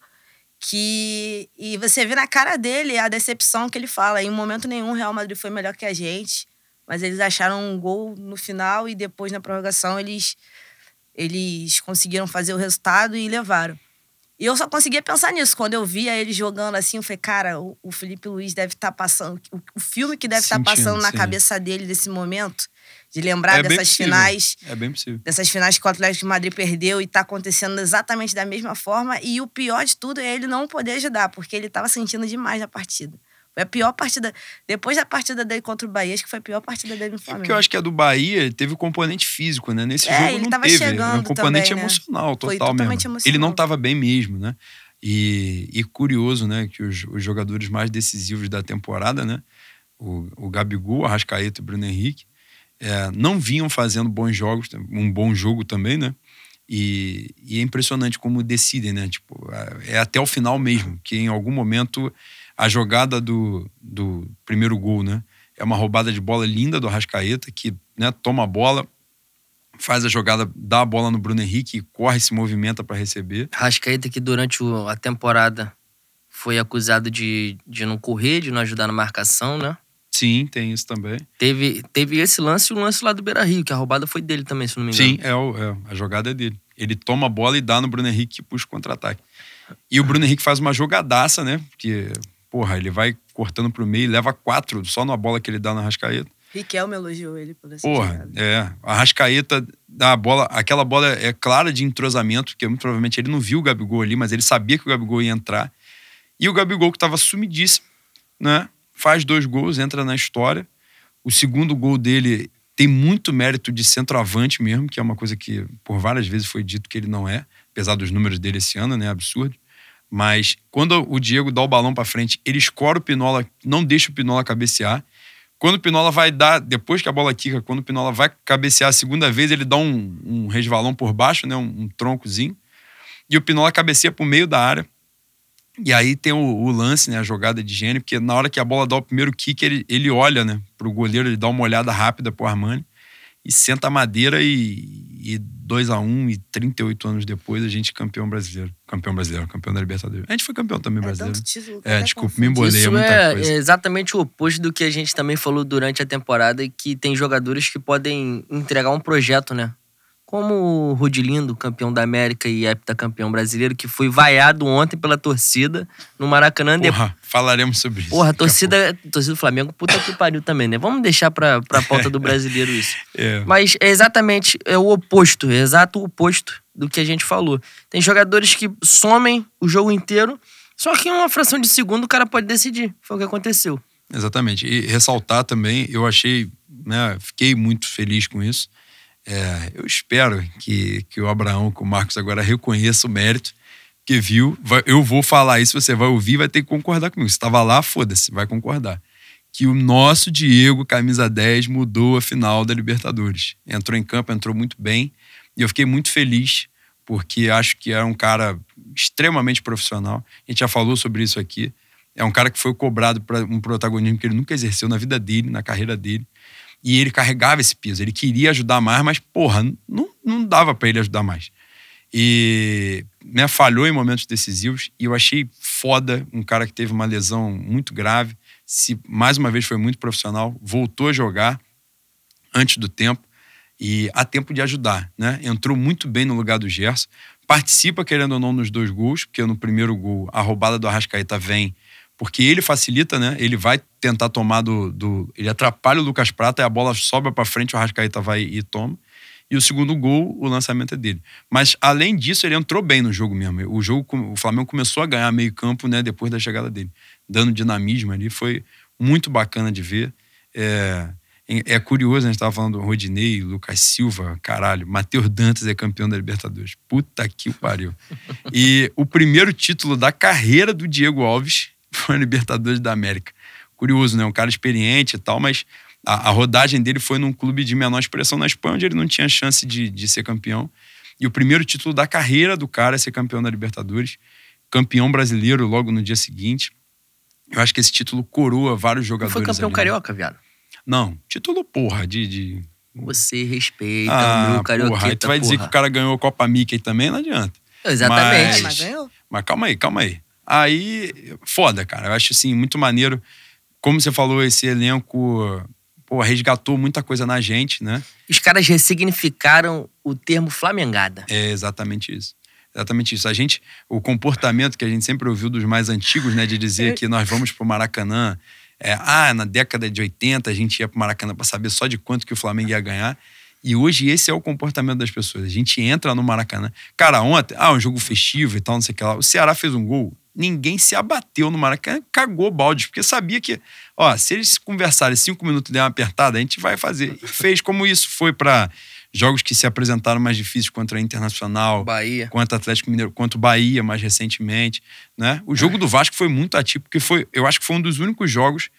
E você vê na cara dele a decepção que ele fala. Em momento nenhum o Real Madrid foi melhor que a gente, mas eles acharam um gol no final e depois na prorrogação eles conseguiram fazer o resultado e levaram. E eu só conseguia pensar nisso. Quando eu via ele jogando assim, eu falei, cara, o Felipe Luiz deve estar passando... O filme que deve estar passando na cabeça dele desse momento, de lembrar dessas finais... É bem possível. Dessas finais que o Atlético de Madrid perdeu e tá acontecendo exatamente da mesma forma. E o pior de tudo é ele não poder ajudar, porque ele tava sentindo demais na partida. Foi a pior partida... Depois da partida dele contra o Bahia, acho que foi a pior partida dele no Flamengo. Porque eu acho que a do Bahia teve o componente físico, né? Nesse jogo ele não tava teve. chegando Era um componente também, né? emocional, Foi total totalmente mesmo. emocional. Ele não tava bem mesmo, né? E curioso, né? Que os jogadores mais decisivos da temporada, né? O Gabigol, o Arrascaeta e o Bruno Henrique, não vinham fazendo bons jogos, um bom jogo também, né? E é impressionante como decidem, né? Tipo, é até o final mesmo, que em algum momento a jogada do primeiro gol, né? É uma roubada de bola linda do Arrascaeta, que, né, toma a bola, faz a jogada, dá a bola no Bruno Henrique, corre, se movimenta para receber. Arrascaeta que durante a temporada foi acusado de não correr, de não ajudar na marcação, né? Sim, tem isso também. Teve esse lance e o lance lá do Beira-Rio, que a roubada foi dele também, se não me engano. Sim, a jogada é dele. Ele toma a bola e dá no Bruno Henrique que puxa o contra-ataque. E o Bruno Henrique faz uma jogadaça, né? Porque, porra, ele vai cortando pro meio e leva 4 só na bola que ele dá na Arrascaeta. Riquelme elogiou ele por essa Porra, jogada. A Arrascaeta dá a bola, aquela bola é clara de entrosamento, porque muito provavelmente ele não viu o Gabigol ali, mas ele sabia que o Gabigol ia entrar. E o Gabigol, que tava sumidíssimo, né? Faz 2 gols, entra na história. O segundo gol dele tem muito mérito de centroavante mesmo, que é uma coisa que por várias vezes foi dito que ele não é, apesar dos números dele esse ano, né? Absurdo. Mas quando o Diego dá o balão pra frente, ele escora o Pinola, não deixa o Pinola cabecear. Quando o Pinola vai dar, depois que a bola quica, quando o Pinola vai cabecear a segunda vez, ele dá um resvalão por baixo, né? Um troncozinho. E o Pinola cabeceia pro meio da área. E aí tem o lance, né? A jogada de gênio, porque na hora que a bola dá o primeiro kick, ele olha, né? Pro goleiro, ele dá uma olhada rápida pro Armani e senta a madeira e 2-1 e 38 anos depois a gente campeão brasileiro, campeão da Libertadores. A gente foi campeão também brasileiro. Desculpa, me embolei, Isso muita coisa. É exatamente o oposto do que a gente também falou durante a temporada, que tem jogadores que podem entregar um projeto, né? Como o Rodilindo, campeão da América e heptacampeão brasileiro, que foi vaiado ontem pela torcida no Maracanã. Porra, falaremos sobre isso. Porra, a torcida do Flamengo, puta que pariu também, né? Vamos deixar pra pauta do brasileiro isso. Mas é exatamente o oposto, exato o oposto do que a gente falou. Tem jogadores que somem o jogo inteiro, só que em uma fração de segundo o cara pode decidir. Foi o que aconteceu. Exatamente. E ressaltar também, eu achei, né, fiquei muito feliz com isso. Eu espero que o Abraão, que o Marcos agora reconheça o mérito, que viu. Eu vou falar isso, você vai ouvir, vai ter que concordar comigo. Você estava lá, foda-se, vai concordar. Que o nosso Diego, camisa 10, mudou a final da Libertadores. Entrou em campo, entrou muito bem. E eu fiquei muito feliz, porque acho que era um cara extremamente profissional. A gente já falou sobre isso aqui. É um cara que foi cobrado para um protagonismo que ele nunca exerceu na vida dele, na carreira dele. E ele carregava esse peso. Ele queria ajudar mais, mas, porra, não dava para ele ajudar mais. E né, falhou em momentos decisivos. E eu achei foda um cara que teve uma lesão muito grave. Mais uma vez foi muito profissional. Voltou a jogar antes do tempo. E há tempo de ajudar, né? Entrou muito bem no lugar do Gerson. Participa, querendo ou não, nos 2 gols. Porque no primeiro gol, a roubada do Arrascaeta vem... Porque ele facilita, né? Ele vai tentar tomar ele atrapalha o Lucas Prata e a bola sobra pra frente, o Arrascaeta vai e toma. E o segundo gol, o lançamento é dele. Mas, além disso, ele entrou bem no jogo mesmo. O Flamengo começou a ganhar meio campo, né? Depois da chegada dele. Dando dinamismo ali. Foi muito bacana de ver. É curioso, a gente tava falando do Rodinei, Lucas Silva, caralho. Matheus Dantas é campeão da Libertadores. Puta que o pariu. E o primeiro título da carreira do Diego Alves foi a Libertadores da América. Curioso, né? Um cara experiente e tal, mas a rodagem dele foi num clube de menor expressão na Espanha, onde ele não tinha chance de ser campeão. E o primeiro título da carreira do cara é ser campeão da Libertadores. Campeão brasileiro logo no dia seguinte. Eu acho que esse título coroa vários jogadores. Não foi campeão ali, carioca, viado? Não, título porra, Você respeita o meu carioqueta, porra. Aí tu vai dizer que o cara ganhou a Copa Mickey também, não adianta. Exatamente. Mas ganhou. Mas calma aí. Aí, foda, cara. Eu acho, assim, muito maneiro. Como você falou, esse elenco, resgatou muita coisa na gente, né? Os caras ressignificaram o termo flamengada. É exatamente isso. Exatamente isso. O comportamento que a gente sempre ouviu dos mais antigos, né? De dizer que nós vamos pro Maracanã. Na década de 80 a gente ia pro Maracanã pra saber só de quanto que o Flamengo ia ganhar. E hoje esse é o comportamento das pessoas. A gente entra no Maracanã. Cara, ontem, um jogo festivo e tal, não sei o que lá. O Ceará fez um gol. Ninguém se abateu no Maracanã, cagou balde, porque sabia que, se eles conversarem 5 minutos e der uma apertada, a gente vai fazer. E fez como isso foi para jogos que se apresentaram mais difíceis contra a Internacional, Bahia, contra o Atlético Mineiro, contra o Bahia mais recentemente, né? O jogo do Vasco foi muito atípico, porque eu acho que foi um dos únicos jogos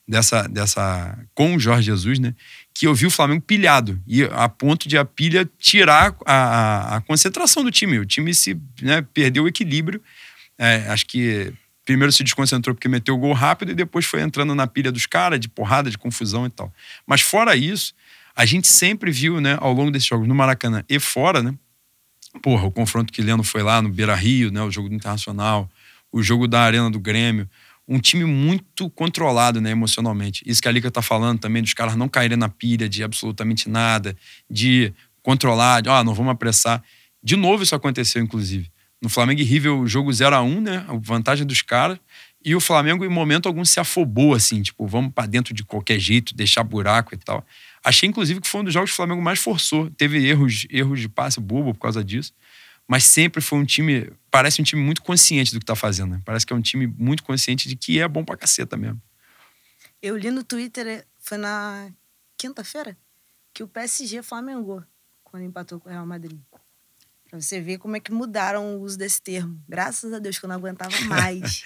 com o Jorge Jesus, né? Que eu vi o Flamengo pilhado, e a ponto de a pilha tirar a concentração do time. O time perdeu o equilíbrio. Acho que primeiro se desconcentrou porque meteu o gol rápido e depois foi entrando na pilha dos caras, de porrada, de confusão e tal. Mas fora isso, a gente sempre viu, né, ao longo desses jogos, no Maracanã e fora, né? Porra, o confronto que Leno foi lá no Beira-Rio, né? O jogo do Internacional, o jogo da Arena do Grêmio, um time muito controlado, né, emocionalmente. Isso que a Liga tá falando também, dos caras não caírem na pilha de absolutamente nada, de controlar, de, não vamos apressar. De novo isso aconteceu, inclusive. No Flamengo e River, o jogo 0-1, né, a vantagem dos caras, e o Flamengo, em momento algum, se afobou, assim, tipo, vamos pra dentro de qualquer jeito, deixar buraco e tal. Achei, inclusive, que foi um dos jogos que o Flamengo mais forçou. Teve erros de passe bobo por causa disso. Mas sempre foi um time, parece um time muito consciente do que tá fazendo, né? Parece que é um time muito consciente de que é bom pra caceta mesmo. Eu li no Twitter, foi na quinta-feira, que o PSG flamengou quando empatou com o Real Madrid. Pra você ver como é que mudaram o uso desse termo. Graças a Deus que eu não aguentava mais.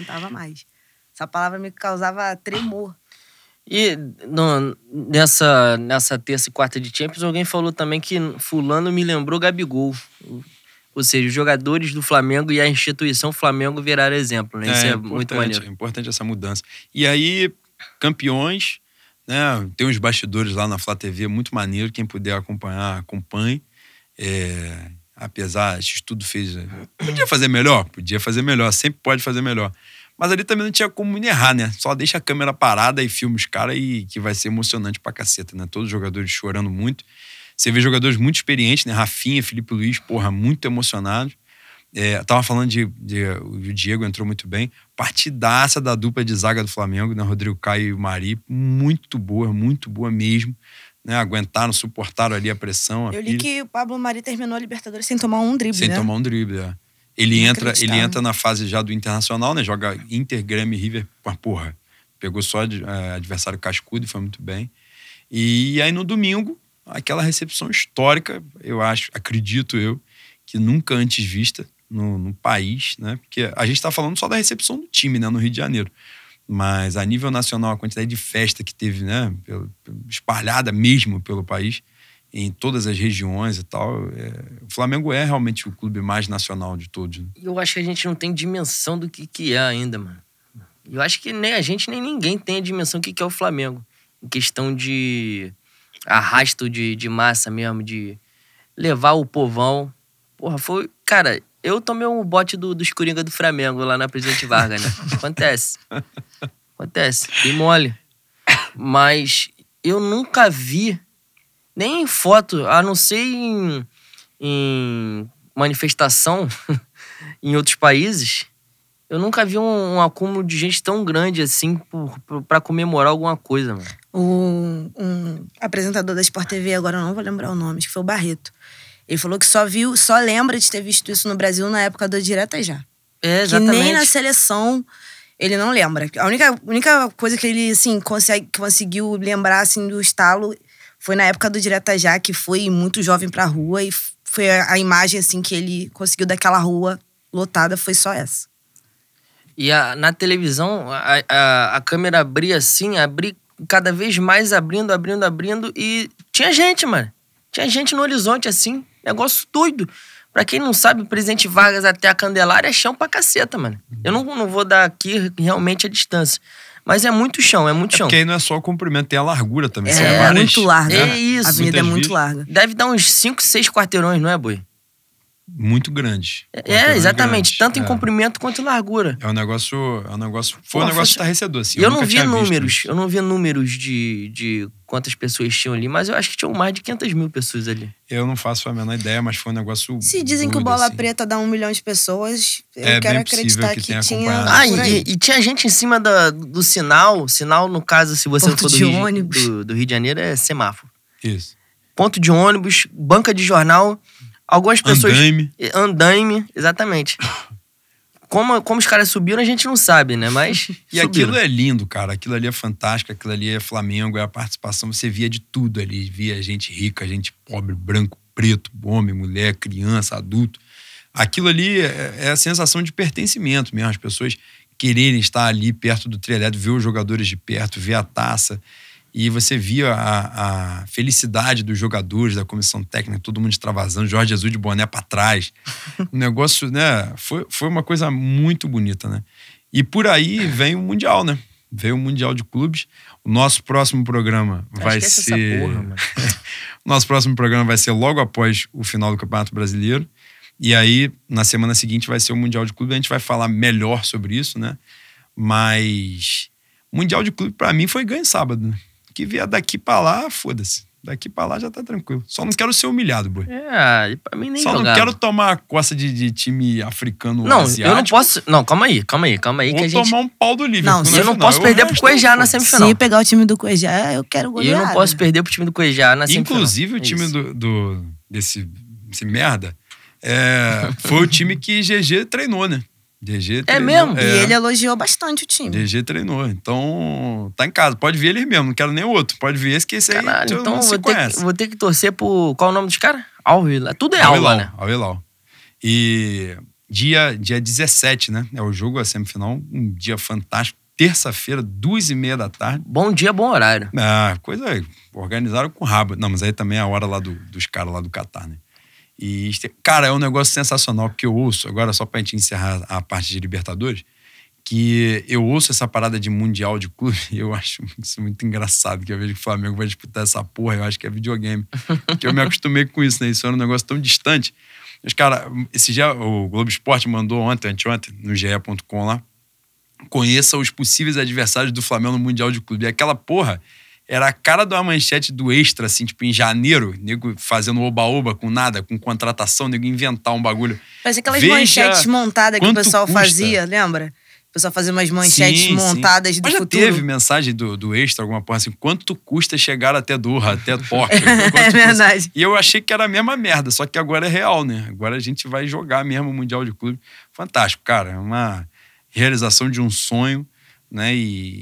Essa palavra me causava tremor. E nessa terça e quarta de Champions, alguém falou também que fulano me lembrou Gabigol. Ou seja, os jogadores do Flamengo e a instituição Flamengo viraram exemplo, né? Isso é muito maneiro. É importante essa mudança. E aí, campeões, né? Tem uns bastidores lá na Flá TV, muito maneiro. Quem puder acompanhar, acompanhe. Apesar, esse estudo fez... Podia fazer melhor, sempre pode fazer melhor. Mas ali também não tinha como errar, né? Só deixa a câmera parada e filma os caras e que vai ser emocionante pra caceta, né? Todos os jogadores chorando muito. Você vê jogadores muito experientes, né? Rafinha, Felipe Luiz, porra, muito emocionados. Tava falando o Diego entrou muito bem. Partidaça da dupla de zaga do Flamengo, né? Rodrigo Caio e o Mari. Muito boa mesmo. Né? Aguentaram, suportaram ali a pressão. Eu li que o Pablo Mari terminou a Libertadores sem tomar um drible, Sem tomar um drible, Ele entra na fase já do Internacional, né? Joga Inter, Grêmio e River. Mas, porra, pegou só adversário cascudo e foi muito bem. E aí no domingo, aquela recepção histórica, acredito eu, que nunca antes vista no país, né? Porque a gente tá falando só da recepção do time, né? No Rio de Janeiro. Mas a nível nacional, a quantidade de festa que teve, né? Espalhada mesmo pelo país, em todas as regiões e tal. O Flamengo é realmente o clube mais nacional de todos. Né? Eu acho que a gente não tem dimensão do que é ainda, mano. Eu acho que nem a gente, nem ninguém tem a dimensão do que é o Flamengo. Em questão de arrasto de massa mesmo, de levar o povão. Porra, foi... Cara, eu tomei um bote dos Coringa do Flamengo lá na Presidente Vargas, né? Acontece. E mole. Mas eu nunca vi, nem em foto, a não ser em manifestação em outros países, eu nunca vi um acúmulo de gente tão grande assim pra comemorar alguma coisa, mano. Um apresentador da Sport TV, agora eu não vou lembrar o nome, acho que foi o Barreto. Ele falou que só lembra de ter visto isso no Brasil na época do Direta Já. Exatamente. Que nem na seleção ele não lembra. A única coisa que ele, assim, conseguiu lembrar, assim, do estalo foi na época do Direta Já, que foi muito jovem pra rua e foi a imagem, assim, que ele conseguiu daquela rua lotada, foi só essa. E na televisão, a câmera abria assim, cada vez mais abrindo, e tinha gente, mano. Tinha gente no horizonte, assim. Negócio doido. Pra quem não sabe, o Presidente Vargas até a Candelária é chão pra caceta, mano. Eu não vou dar aqui realmente a distância. Mas é muito chão. Porque aí não é só o comprimento, tem a largura também. É muito larga. É isso. A avenida é muito larga. Deve dar uns 5, 6 quarteirões, não é, Boi? Muito grande. Exatamente. Grande. Tanto em comprimento quanto em largura. Foi um negócio estarrecedor, assim. Eu não vi números de quantas pessoas tinham ali, mas eu acho que tinham mais de 500 mil pessoas ali. Eu não faço a menor ideia, mas foi um negócio Se dizem que o Bola Preta dá 1 milhão de pessoas, eu quero acreditar que tinha... E tinha gente em cima do sinal. Sinal, no caso, se você Ponto for do Rio de Janeiro, é semáforo. Isso. Ponto de ônibus, banca de jornal... Algumas pessoas... Andaime, exatamente. Como os caras subiram, a gente não sabe, né? Mas e subiram. Aquilo é lindo, cara. Aquilo ali é fantástico. Aquilo ali é Flamengo, é a participação. Você via de tudo ali. Via gente rica, gente pobre, branco, preto, homem, mulher, criança, adulto. Aquilo ali é a sensação de pertencimento mesmo. As pessoas quererem estar ali perto do trio elétrico, ver os jogadores de perto, ver a taça. E você via a felicidade dos jogadores, da comissão técnica, todo mundo extravasando, Jorge Jesus de boné pra trás. O negócio, né? Foi uma coisa muito bonita, né? E por aí vem o Mundial, né? Veio o Mundial de Clubes. O nosso próximo programa vai ser... Essa porra, mano. O nosso próximo programa vai ser logo após o final do Campeonato Brasileiro. E aí, na semana seguinte, vai ser o Mundial de Clubes. A gente vai falar melhor sobre isso, né? Mas Mundial de Clube, pra mim, foi ganho sábado, né? Que vier daqui pra lá, foda-se. Daqui pra lá já tá tranquilo. Só não quero ser humilhado, boi. Pra mim nem Só jogava. não quero tomar a coça de time africano Não, asiático. eu não posso... Não, calma aí. Vou que a gente... tomar um pau do Liverpool. Não, na eu não final. posso perder pro Cuejá na semifinal. Se pegar o time do Cuejá, eu quero E goleada. eu não posso perder pro time do Cuejá na semifinal. Inclusive, o time desse merda foi o time que GG treinou, né? GG treinou. mesmo? E ele elogiou bastante o time. GG treinou. Então, tá em casa. Pode ver ele mesmo. Não quero nem outro. Pode ver esse, que esse aí Caralho, todo então mundo se conhece. vou ter que torcer pro... Qual é o nome dos caras? Al-Hilal. Tudo é Al-Hilal, né? Al-Hilal. E dia 17, né? É o jogo, a semifinal. Um dia fantástico. Terça-feira, 2h30 da tarde. Bom dia, bom horário. Coisa organizaram com rabo. Não, mas aí também é a hora lá dos caras lá do Catar, né? E, cara, é um negócio sensacional, porque eu ouço, agora só pra gente encerrar a parte de Libertadores, que eu ouço essa parada de Mundial de Clube e eu acho isso muito engraçado, que eu vejo que o Flamengo vai disputar essa porra, eu acho que é videogame. Porque eu me acostumei com isso, né? Isso era um negócio tão distante. Mas, cara, esse dia o Globo Esporte mandou anteontem, no ge.com lá, conheça os possíveis adversários do Flamengo no Mundial de Clube. E aquela porra era a cara de uma manchete do Extra, assim, tipo, em janeiro, nego fazendo oba-oba com nada, com contratação, nego inventar um bagulho. Parece aquelas Veja manchetes montadas que o pessoal custa. fazia, lembra? O pessoal fazia umas manchetes montadas do Mas já futuro. teve mensagem do Extra, alguma porra assim, quanto custa chegar até Doha, até Tóquio? É verdade. E eu achei que era a mesma merda, só que agora é real, né? Agora a gente vai jogar mesmo o Mundial de Clube. Fantástico, cara. É uma realização de um sonho, né?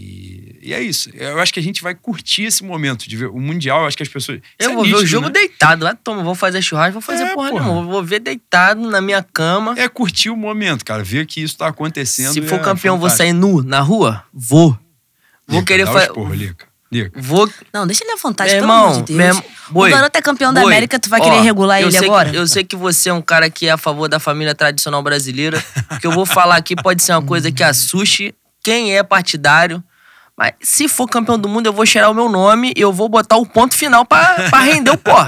E é isso. Eu acho que a gente vai curtir esse momento de ver o Mundial. Eu acho que as pessoas... Eu vou ver o jogo deitado. Vou fazer churrasco, vou fazer porra nenhuma. Vou ver deitado na minha cama. É curtir o momento, cara. Ver que isso tá acontecendo. Se for campeão, vou sair nu na rua? Vou. Vou querer fazer... Vou... Não, deixa ele à vontade, meu pelo irmão, amor de Deus. Boi, o garoto é campeão da América, tu vai querer regular ele agora? Eu sei que você é um cara que é a favor da família tradicional brasileira. O que eu vou falar aqui pode ser uma coisa que assuste quem é partidário. Mas se for campeão do mundo, eu vou cheirar o meu nome e eu vou botar o ponto final pra render o pó.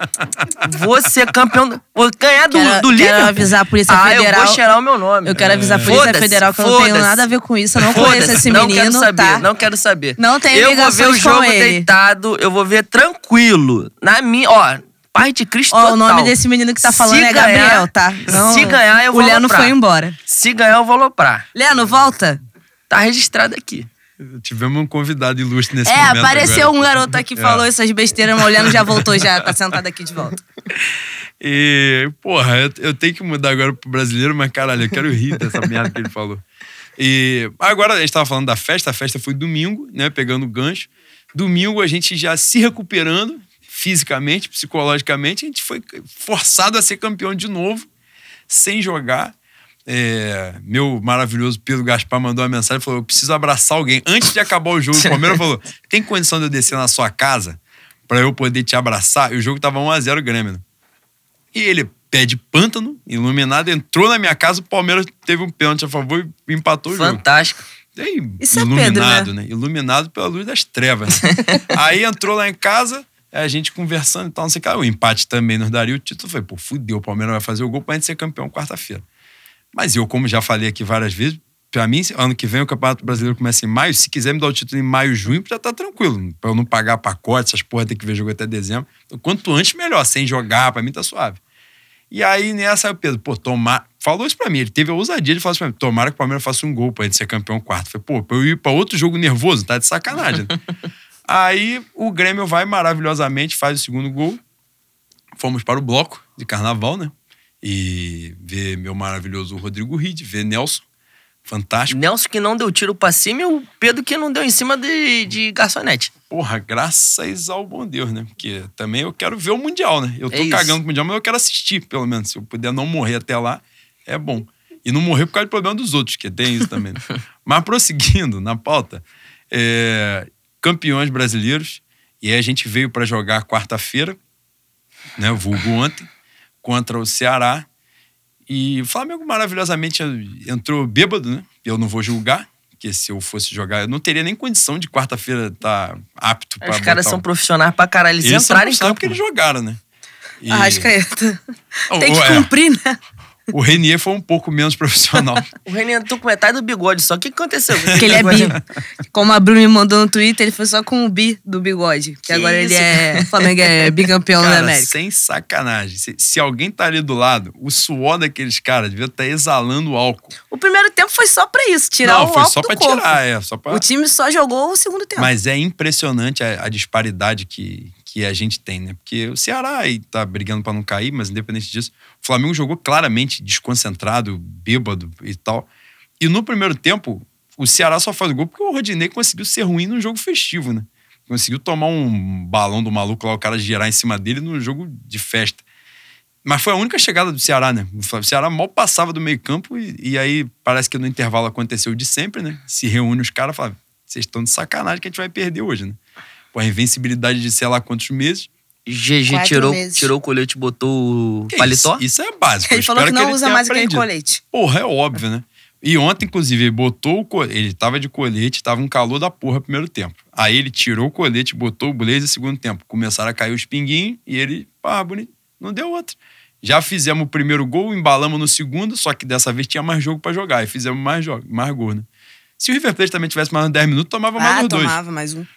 Vou ser campeão... Vou ganhar do Liverpool. Quero avisar a Polícia Federal. Eu vou cheirar o meu nome. Eu quero avisar a Polícia Federal que eu não tenho nada a ver com isso. Eu não conheço esse menino, não quero saber, tá? Não quero saber. Não tem ligações com ele. Eu vou ver o jogo deitado, eu vou ver tranquilo. Na minha... Ó, Pai de Cristo total. O nome desse menino que tá falando é Gabriel, tá? Não, se ganhar, eu vou aloprar. O Leno aloprar. foi embora. Se ganhar, eu vou aloprar. Leno, volta. Tá registrado aqui. Tivemos um convidado ilustre nesse momento. Apareceu agora. Um garoto aqui que falou essas besteiras, mas o Leno já voltou, já tá sentado aqui de volta. E, porra, eu tenho que mudar agora pro brasileiro, mas caralho, eu quero rir dessa merda que ele falou. E agora a gente tava falando da festa, a festa foi domingo, né, pegando o gancho. Domingo a gente já se recuperando fisicamente, psicologicamente, a gente foi forçado a ser campeão de novo, sem jogar. Meu maravilhoso Pedro Gaspar mandou uma mensagem e falou: eu preciso abraçar alguém. Antes de acabar o jogo, o Palmeiras falou: tem condição de eu descer na sua casa pra eu poder te abraçar? E o jogo tava 1-0 Grêmio, né? E ele, pé de pântano, iluminado, entrou na minha casa, o Palmeiras teve um pênalti a favor e empatou o jogo. Fantástico. Isso iluminado, é Pedro, né? Iluminado pela luz das trevas. Né? Aí entrou lá em casa, a gente conversando e tal, não sei o que. O empate também nos daria o título. Eu falei, pô, fudeu, o Palmeiras vai fazer o gol pra gente ser campeão quarta-feira. Mas eu, como já falei aqui várias vezes, pra mim, ano que vem o Campeonato Brasileiro começa em maio. Se quiser me dar o título em maio, junho, já tá tranquilo. Pra eu não pagar pacote, essas porra, tem que ver jogo até dezembro. Então, quanto antes, melhor. Sem jogar, pra mim tá suave. E aí, nessa, o Pedro, pô, falou isso pra mim. Ele teve a ousadia de falar isso pra mim. Tomara que o Palmeiras faça um gol pra gente ser campeão quarto. Eu falei, pô, pra eu ir pra outro jogo nervoso, tá de sacanagem. Aí, o Grêmio vai maravilhosamente, faz o segundo gol. Fomos para o bloco de carnaval, né? E ver meu maravilhoso Rodrigo Ride, ver Nelson, fantástico. Nelson que não deu tiro pra cima e o Pedro que não deu em cima de garçonete. Porra, graças ao bom Deus, né? Porque também eu quero ver o Mundial, né? Eu tô cagando pro Mundial, mas eu quero assistir, pelo menos. Se eu puder não morrer até lá, é bom. E não morrer por causa do problema dos outros, que tem isso também. Né? Mas prosseguindo na pauta, campeões brasileiros, e aí a gente veio pra jogar quarta-feira, né? Vulgo ontem, contra o Ceará. E o Flamengo maravilhosamente entrou bêbado, né? Eu não vou julgar, porque se eu fosse jogar, eu não teria nem condição de quarta-feira estar apto para. Os caras são profissionais pra caralho, eles entraram em campo. Porque eles jogaram, né? Arrascaeta. Tem que cumprir, né? O Renier foi um pouco menos profissional. O Renier entrou com metade do bigode, só o que aconteceu? Porque ele é bi. Como a Bruna me mandou no Twitter, ele foi só com o bi do bigode. Que agora isso? ele é... O Flamengo é bicampeão da Cara, América. sem sacanagem. Se alguém tá ali do lado, o suor daqueles caras devia estar exalando álcool. O primeiro tempo foi só pra isso, tirar o Não, foi álcool só do pra corpo. tirar, só pra... O time só jogou o segundo tempo. Mas é impressionante a disparidade que a gente tem, né? Porque o Ceará aí tá brigando pra não cair, mas independente disso, o Flamengo jogou claramente desconcentrado, bêbado e tal. E no primeiro tempo, o Ceará só faz o gol porque o Rodinei conseguiu ser ruim num jogo festivo, né? Conseguiu tomar um balão do maluco lá, o cara girar em cima dele num jogo de festa. Mas foi a única chegada do Ceará, né? O Ceará mal passava do meio campo e aí parece que no intervalo aconteceu de sempre, né? Se reúne os caras e falam, vocês estão de sacanagem que a gente vai perder hoje, né? Com a invencibilidade de sei lá quantos meses. GG 4 meses. tirou o colete e botou o Que paletó? Isso é básico. Ele Eu falou que espero não ele usa tenha mais aquele aprendido. colete. Porra, é óbvio, né? E ontem, inclusive, ele botou o colete. Ele tava de colete, tava um calor da porra primeiro tempo. Aí ele tirou o colete, botou o blazer segundo tempo. Começaram a cair os pinguinhos e ele, bonito, não deu outra. Já fizemos o primeiro gol, embalamos no segundo, só que dessa vez tinha mais jogo pra jogar. E fizemos mais gol, né? Se o River Plate também tivesse mais uns 10 minutos, tomava mais uns 2. Tomava mais um.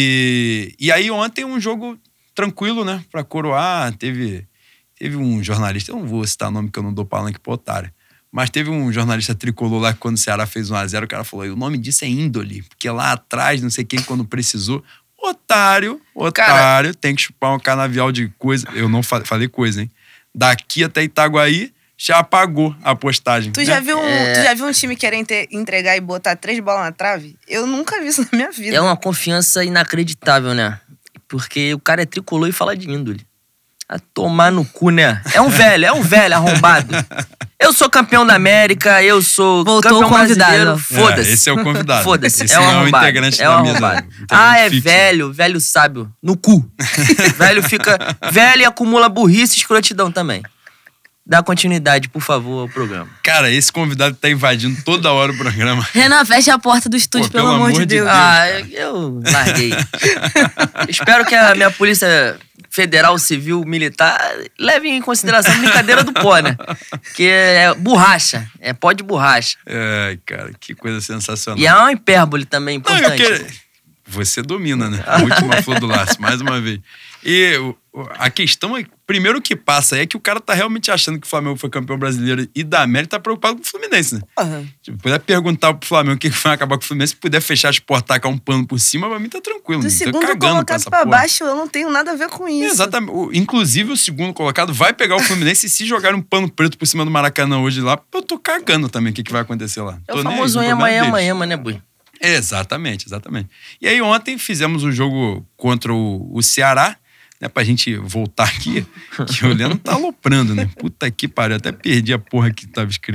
E aí ontem um jogo tranquilo, né? Pra coroar, teve um jornalista, eu não vou citar o nome que eu não dou palanque pro otário, mas teve um jornalista tricolor lá que quando o Ceará fez 1-0, o cara falou, o nome disso é índole, porque lá atrás, não sei quem, quando precisou, otário, Cara, tem que chupar um canavial de coisa, eu não falei coisa, hein? Daqui até Itaguaí, já apagou a postagem. Tu né? já viu um time querer entregar e botar 3 bolas na trave? Eu nunca vi isso na minha vida. É uma confiança inacreditável, né? Porque o cara é tricolor e fala de índole. A tomar no cu, né? É um velho arrombado. Eu sou campeão da América, eu sou Voltou campeão o convidado. brasileiro. Foda-se. Esse é o convidado. Foda-se. Esse É um não é o arrombado. integrante É um da mesa. arrombado. integrante É fixo. velho sábio. No cu. Velho fica... Velho e acumula burrice e escrotidão também. Dá continuidade, por favor, ao programa. Cara, esse convidado tá invadindo toda hora o programa. Renan, fecha a porta do estúdio, Pô, pelo amor de Deus. Eu larguei. Espero que a minha polícia federal, civil, militar leve em consideração a brincadeira do pó, né? Que é borracha. É pó de borracha. Ai, cara, que coisa sensacional. E é uma hipérbole também Não, importante. Você domina, né? A última flor do laço, mais uma vez. E a questão é, primeiro que passa é que o cara tá realmente achando que o Flamengo foi campeão brasileiro e da América, tá preocupado com o Fluminense, né? Porra. Tipo, puder perguntar pro Flamengo o que vai acabar com o Fluminense, se puder fechar as portas, tacar um pano por cima, pra mim tá tranquilo. Do Não tô segundo cagando pra colocado essa pra porra. baixo, eu não tenho nada a ver com isso. Exatamente. Inclusive, o segundo colocado vai pegar o Fluminense e se jogar um pano preto por cima do Maracanã hoje lá, eu tô cagando também o que vai acontecer lá. É o Tô nem aí, famoso o problema deles. amanhã, né, Bui? Exatamente. E aí ontem fizemos um jogo contra o Ceará, né, pra gente voltar aqui, que o Leandro tá aloprando, né? Puta que pariu, até perdi a porra que tava escrito.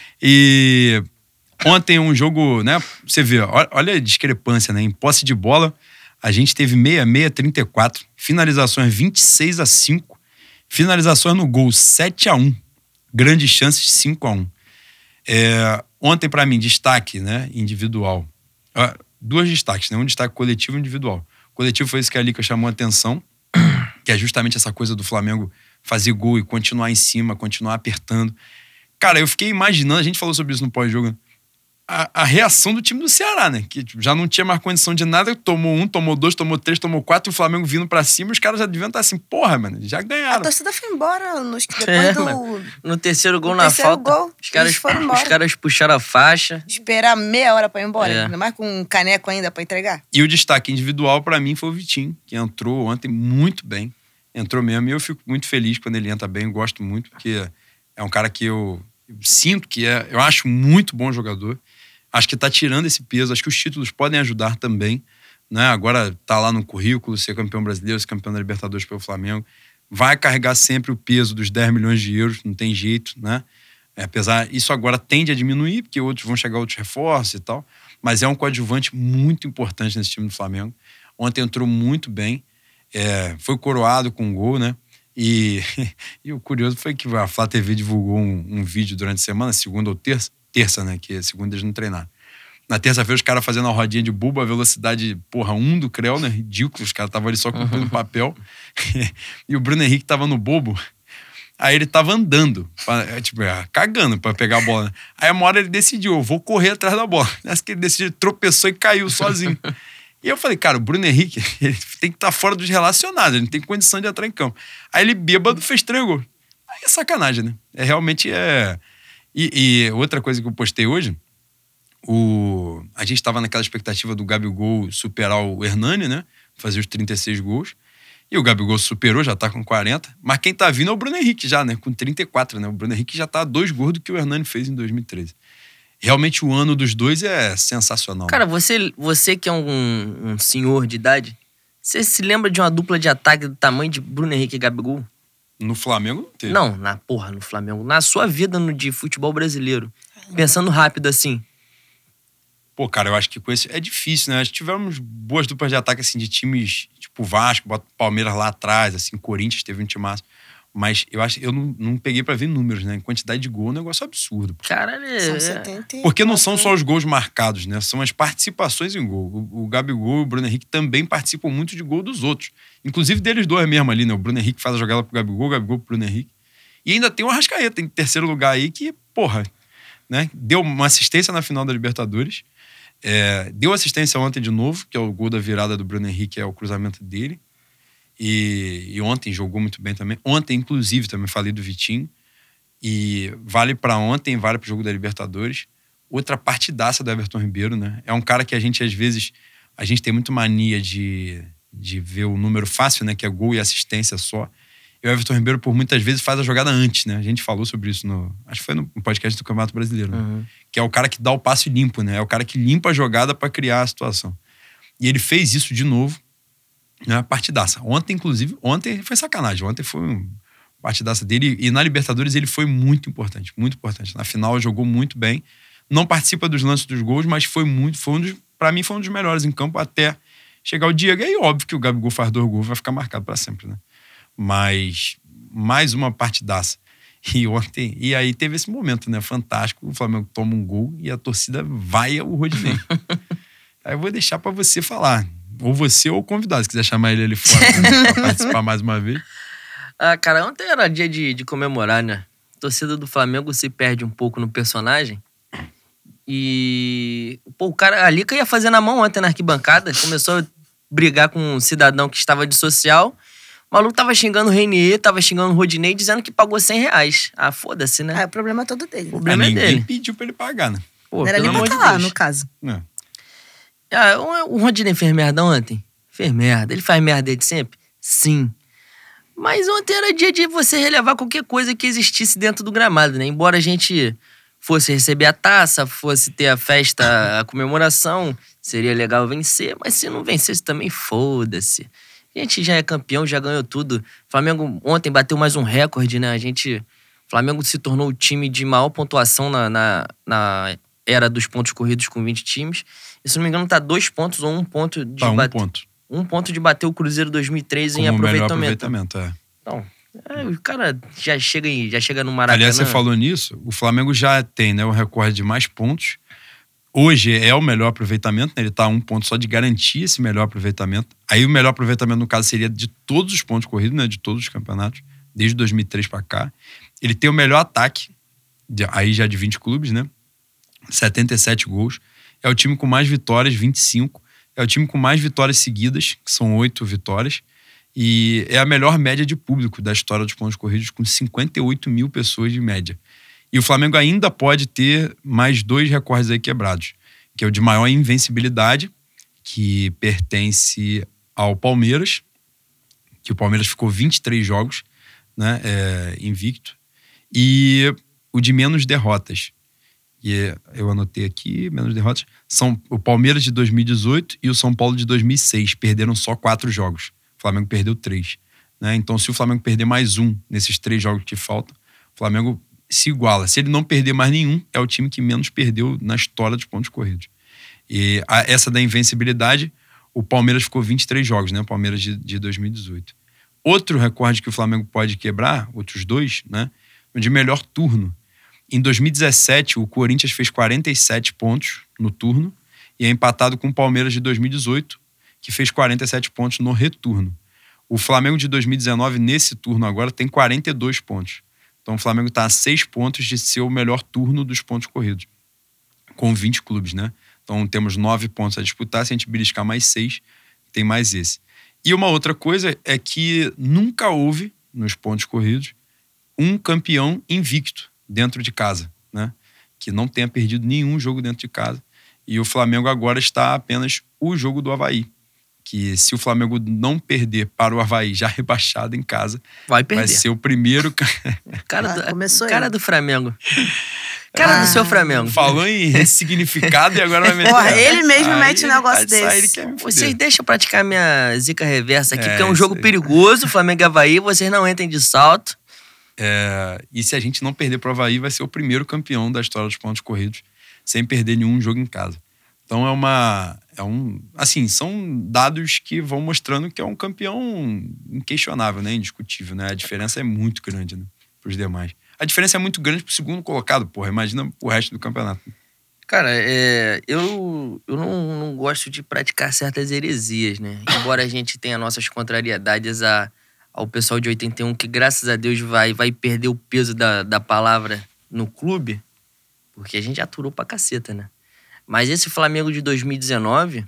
E ontem um jogo, né, você vê, olha a discrepância, né? Em posse de bola, a gente teve 66-34, finalizações 26-5, finalizações no gol 7-1, grandes chances 5-1. Ontem, pra mim, destaque, né, individual. 2 destaques, né? Um destaque coletivo e um individual. O coletivo foi esse que a Lica chamou a atenção, que é justamente essa coisa do Flamengo fazer gol e continuar em cima, continuar apertando. Cara, eu fiquei imaginando, a gente falou sobre isso no pós-jogo, né? A reação do time do Ceará, né? Que já não tinha mais condição de nada, tomou 1, tomou 2, tomou 3, tomou 4, e o Flamengo vindo pra cima, os caras já deviam estar assim, porra, mano, já A ganharam. torcida foi embora depois Mano. No terceiro gol No na terceiro falta, gol, os caras eles foram embora. os caras puxaram a faixa. esperar meia hora pra ir embora. É. Ainda mais com um caneco ainda pra entregar. E o destaque individual pra mim foi o Vitinho, que entrou ontem muito bem. Entrou mesmo, e eu fico muito feliz quando ele entra bem, eu gosto muito, porque é um cara que eu sinto que eu acho muito bom jogador. Acho que tá tirando esse peso, acho que os títulos podem ajudar também, né? Agora tá lá no currículo, ser campeão brasileiro, ser campeão da Libertadores pelo Flamengo. Vai carregar sempre o peso dos 10 milhões de euros, não tem jeito, né? Apesar, isso agora tende a diminuir, porque outros vão chegar outros reforços e tal, mas é um coadjuvante muito importante nesse time do Flamengo. Ontem entrou muito bem, foi coroado com um gol, né? E o curioso foi que a Flá TV divulgou um vídeo durante a semana, segunda ou terça, né? Que segunda eles não treinaram. Na terça-feira, os caras fazendo a rodinha de buba, a velocidade, 1 do Creu, né? Ridículo, os caras estavam ali só cumprindo papel. E o Bruno Henrique tava no bobo. Aí ele tava andando, cagando pra pegar a bola. Né? Aí uma hora ele decidiu, eu vou correr atrás da bola. Nessa que ele decidiu, ele tropeçou e caiu sozinho. E eu falei, cara, o Bruno Henrique, ele tem que estar fora dos relacionados, ele não tem condição de entrar em campo. Aí ele bêbado fez 3 gols. Aí é sacanagem, né? Realmente é... E outra coisa que eu postei hoje, a gente tava naquela expectativa do Gabigol superar o Hernani, né? Fazer os 36 gols. E o Gabigol superou, já tá com 40. Mas quem tá vindo é o Bruno Henrique já, né? Com 34, né? O Bruno Henrique já tá a 2 gols do que o Hernani fez em 2013. Realmente o ano dos dois é sensacional. Cara, você que é um senhor de idade, você se lembra de uma dupla de ataque do tamanho de Bruno Henrique e Gabigol? No Flamengo não teve. Não, no Flamengo. Na sua vida de futebol brasileiro. Pensando rápido assim. Pô, cara, eu acho que com esse é difícil, né? Nós tivemos boas duplas de ataque, assim, de times tipo Vasco, Palmeiras lá atrás, assim, Corinthians teve um timaço. Mas eu não peguei pra ver números, né? Em quantidade de gol, é um negócio absurdo. Caralho, São 70. Porque não são só os gols marcados, né? São as participações em gol. O Gabigol e o Bruno Henrique também participam muito de gol dos outros. Inclusive deles dois mesmo ali, né? O Bruno Henrique faz a jogada pro Gabigol, o Gabigol pro Bruno Henrique. E ainda tem o Arrascaeta em terceiro lugar aí que, porra, né? Deu uma assistência na final da Libertadores. Deu assistência ontem de novo, que é o gol da virada do Bruno Henrique, é o cruzamento dele. E ontem jogou muito bem também. Ontem, inclusive, também falei do Vitinho. E vale pra ontem, vale pro jogo da Libertadores. Outra partidaça do Everton Ribeiro, né? É um cara que a gente, às vezes, tem muito mania de ver o número fácil, né? Que é gol e assistência só. E o Everton Ribeiro, por muitas vezes, faz a jogada antes, né? A gente falou sobre isso acho que foi no podcast do Campeonato Brasileiro, né? Que é o cara que dá o passe limpo, né? É o cara que limpa a jogada pra criar a situação. E ele fez isso de novo, né? Partidaça. Ontem, inclusive, foi sacanagem. Ontem foi uma partidaça dele. E na Libertadores ele foi muito importante, muito importante. Na final jogou muito bem. Não participa dos lances dos gols, mas pra mim foi um dos melhores em campo até chegar o Diego. E aí, óbvio que o Gabigol faz 2 gols, vai ficar marcado pra sempre, né? Mas mais uma partidaça. E aí teve esse momento, né? Fantástico. O Flamengo toma um gol e a torcida vai ao Rodinei. Aí eu vou deixar pra você falar. Ou você ou o convidado, se quiser chamar ele ali fora, né, pra participar mais uma vez. Ah, cara, ontem era dia de comemorar, né? A torcida do Flamengo se perde um pouco no personagem. E... Pô, o cara ali que ia fazer na mão ontem na arquibancada, começou a brigar com um cidadão que estava de social. O maluco tava xingando o Reinier, tava xingando o Rodinei, dizendo que pagou R$100. Ah, foda-se, né? O problema é todo dele. O problema é dele. Ninguém pediu pra ele pagar, né? Pô, Não era nem pra estar lá, no caso. O Rodinei fez merda ontem? Fez merda. Ele faz merda desde sempre? Sim. Mas ontem era dia de você relevar qualquer coisa que existisse dentro do gramado, né? Embora a gente fosse receber a taça, fosse ter a festa, a comemoração, seria legal vencer, mas se não vencesse também, foda-se. A gente já é campeão, já ganhou tudo. O Flamengo ontem bateu mais um recorde, né? O Flamengo se tornou o time de maior pontuação na era dos pontos corridos com 20 times. E, se não me engano, tá 2 pontos ou 1 ponto de bater. 1 ponto. 1 ponto de bater o Cruzeiro 2003 em Como aproveitamento. Melhor aproveitamento, Então, o cara já chega no Maracanã. Aliás, você falou nisso, o Flamengo já tem, né, o recorde de mais pontos. Hoje é o melhor aproveitamento, né? Ele tá a 1 ponto só de garantir esse melhor aproveitamento. Aí o melhor aproveitamento, no caso, seria de todos os pontos corridos, né? De todos os campeonatos, desde 2003 pra cá. Ele tem o melhor ataque, aí já de 20 clubes, né? 77 gols. É o time com mais vitórias, 25. É o time com mais vitórias seguidas, que são 8 vitórias. E é a melhor média de público da história dos pontos corridos, com 58 mil pessoas de média. E o Flamengo ainda pode ter mais 2 recordes aí quebrados, que é o de maior invencibilidade, que pertence ao Palmeiras, que o Palmeiras ficou 23 jogos, né, invicto, e o de menos derrotas. E eu anotei aqui, menos derrotas, são o Palmeiras de 2018 e o São Paulo de 2006, perderam só 4 jogos. O Flamengo perdeu 3. Né? Então, se o Flamengo perder mais 1 nesses 3 jogos que faltam, o Flamengo se iguala. Se ele não perder mais nenhum, é o time que menos perdeu na história dos pontos corridos. E essa da invencibilidade, o Palmeiras ficou 23 jogos, né? O Palmeiras de 2018. Outro recorde que o Flamengo pode quebrar, outros 2, né? O de melhor turno. Em 2017, o Corinthians fez 47 pontos no turno e é empatado com o Palmeiras de 2018, que fez 47 pontos no retorno. O Flamengo de 2019, nesse turno agora, tem 42 pontos. Então o Flamengo está a 6 pontos de ser o melhor turno dos pontos corridos, com 20 clubes, né? Então temos 9 pontos a disputar, se a gente beliscar mais 6, tem mais esse. E uma outra coisa é que nunca houve, nos pontos corridos, um campeão invicto dentro de casa, né? Que não tenha perdido nenhum jogo dentro de casa. E o Flamengo agora está a apenas o jogo do Avaí. Que se o Flamengo não perder para o Avaí já rebaixado em casa, vai perder. Vai ser o primeiro... Cara do Flamengo. Cara do seu Flamengo. Falou em ressignificado e agora vai meter... Porra, ele mesmo mete um negócio desse. Vocês deixam eu praticar minha zica reversa aqui, porque é um jogo perigoso, Flamengo e Avaí, vocês não entrem de salto. E se a gente não perder para o Avaí, vai ser o primeiro campeão da história dos pontos corridos, sem perder nenhum jogo em casa. Então assim, são dados que vão mostrando que é um campeão inquestionável, né? Indiscutível, né? A diferença é muito grande, né? Para os demais. A diferença é muito grande pro segundo colocado, porra. Imagina o resto do campeonato. Cara, eu não gosto de praticar certas heresias, né? Embora a gente tenha nossas contrariedades ao pessoal de 81, que graças a Deus vai perder o peso da palavra no clube, porque a gente aturou pra caceta, né? Mas esse Flamengo de 2019,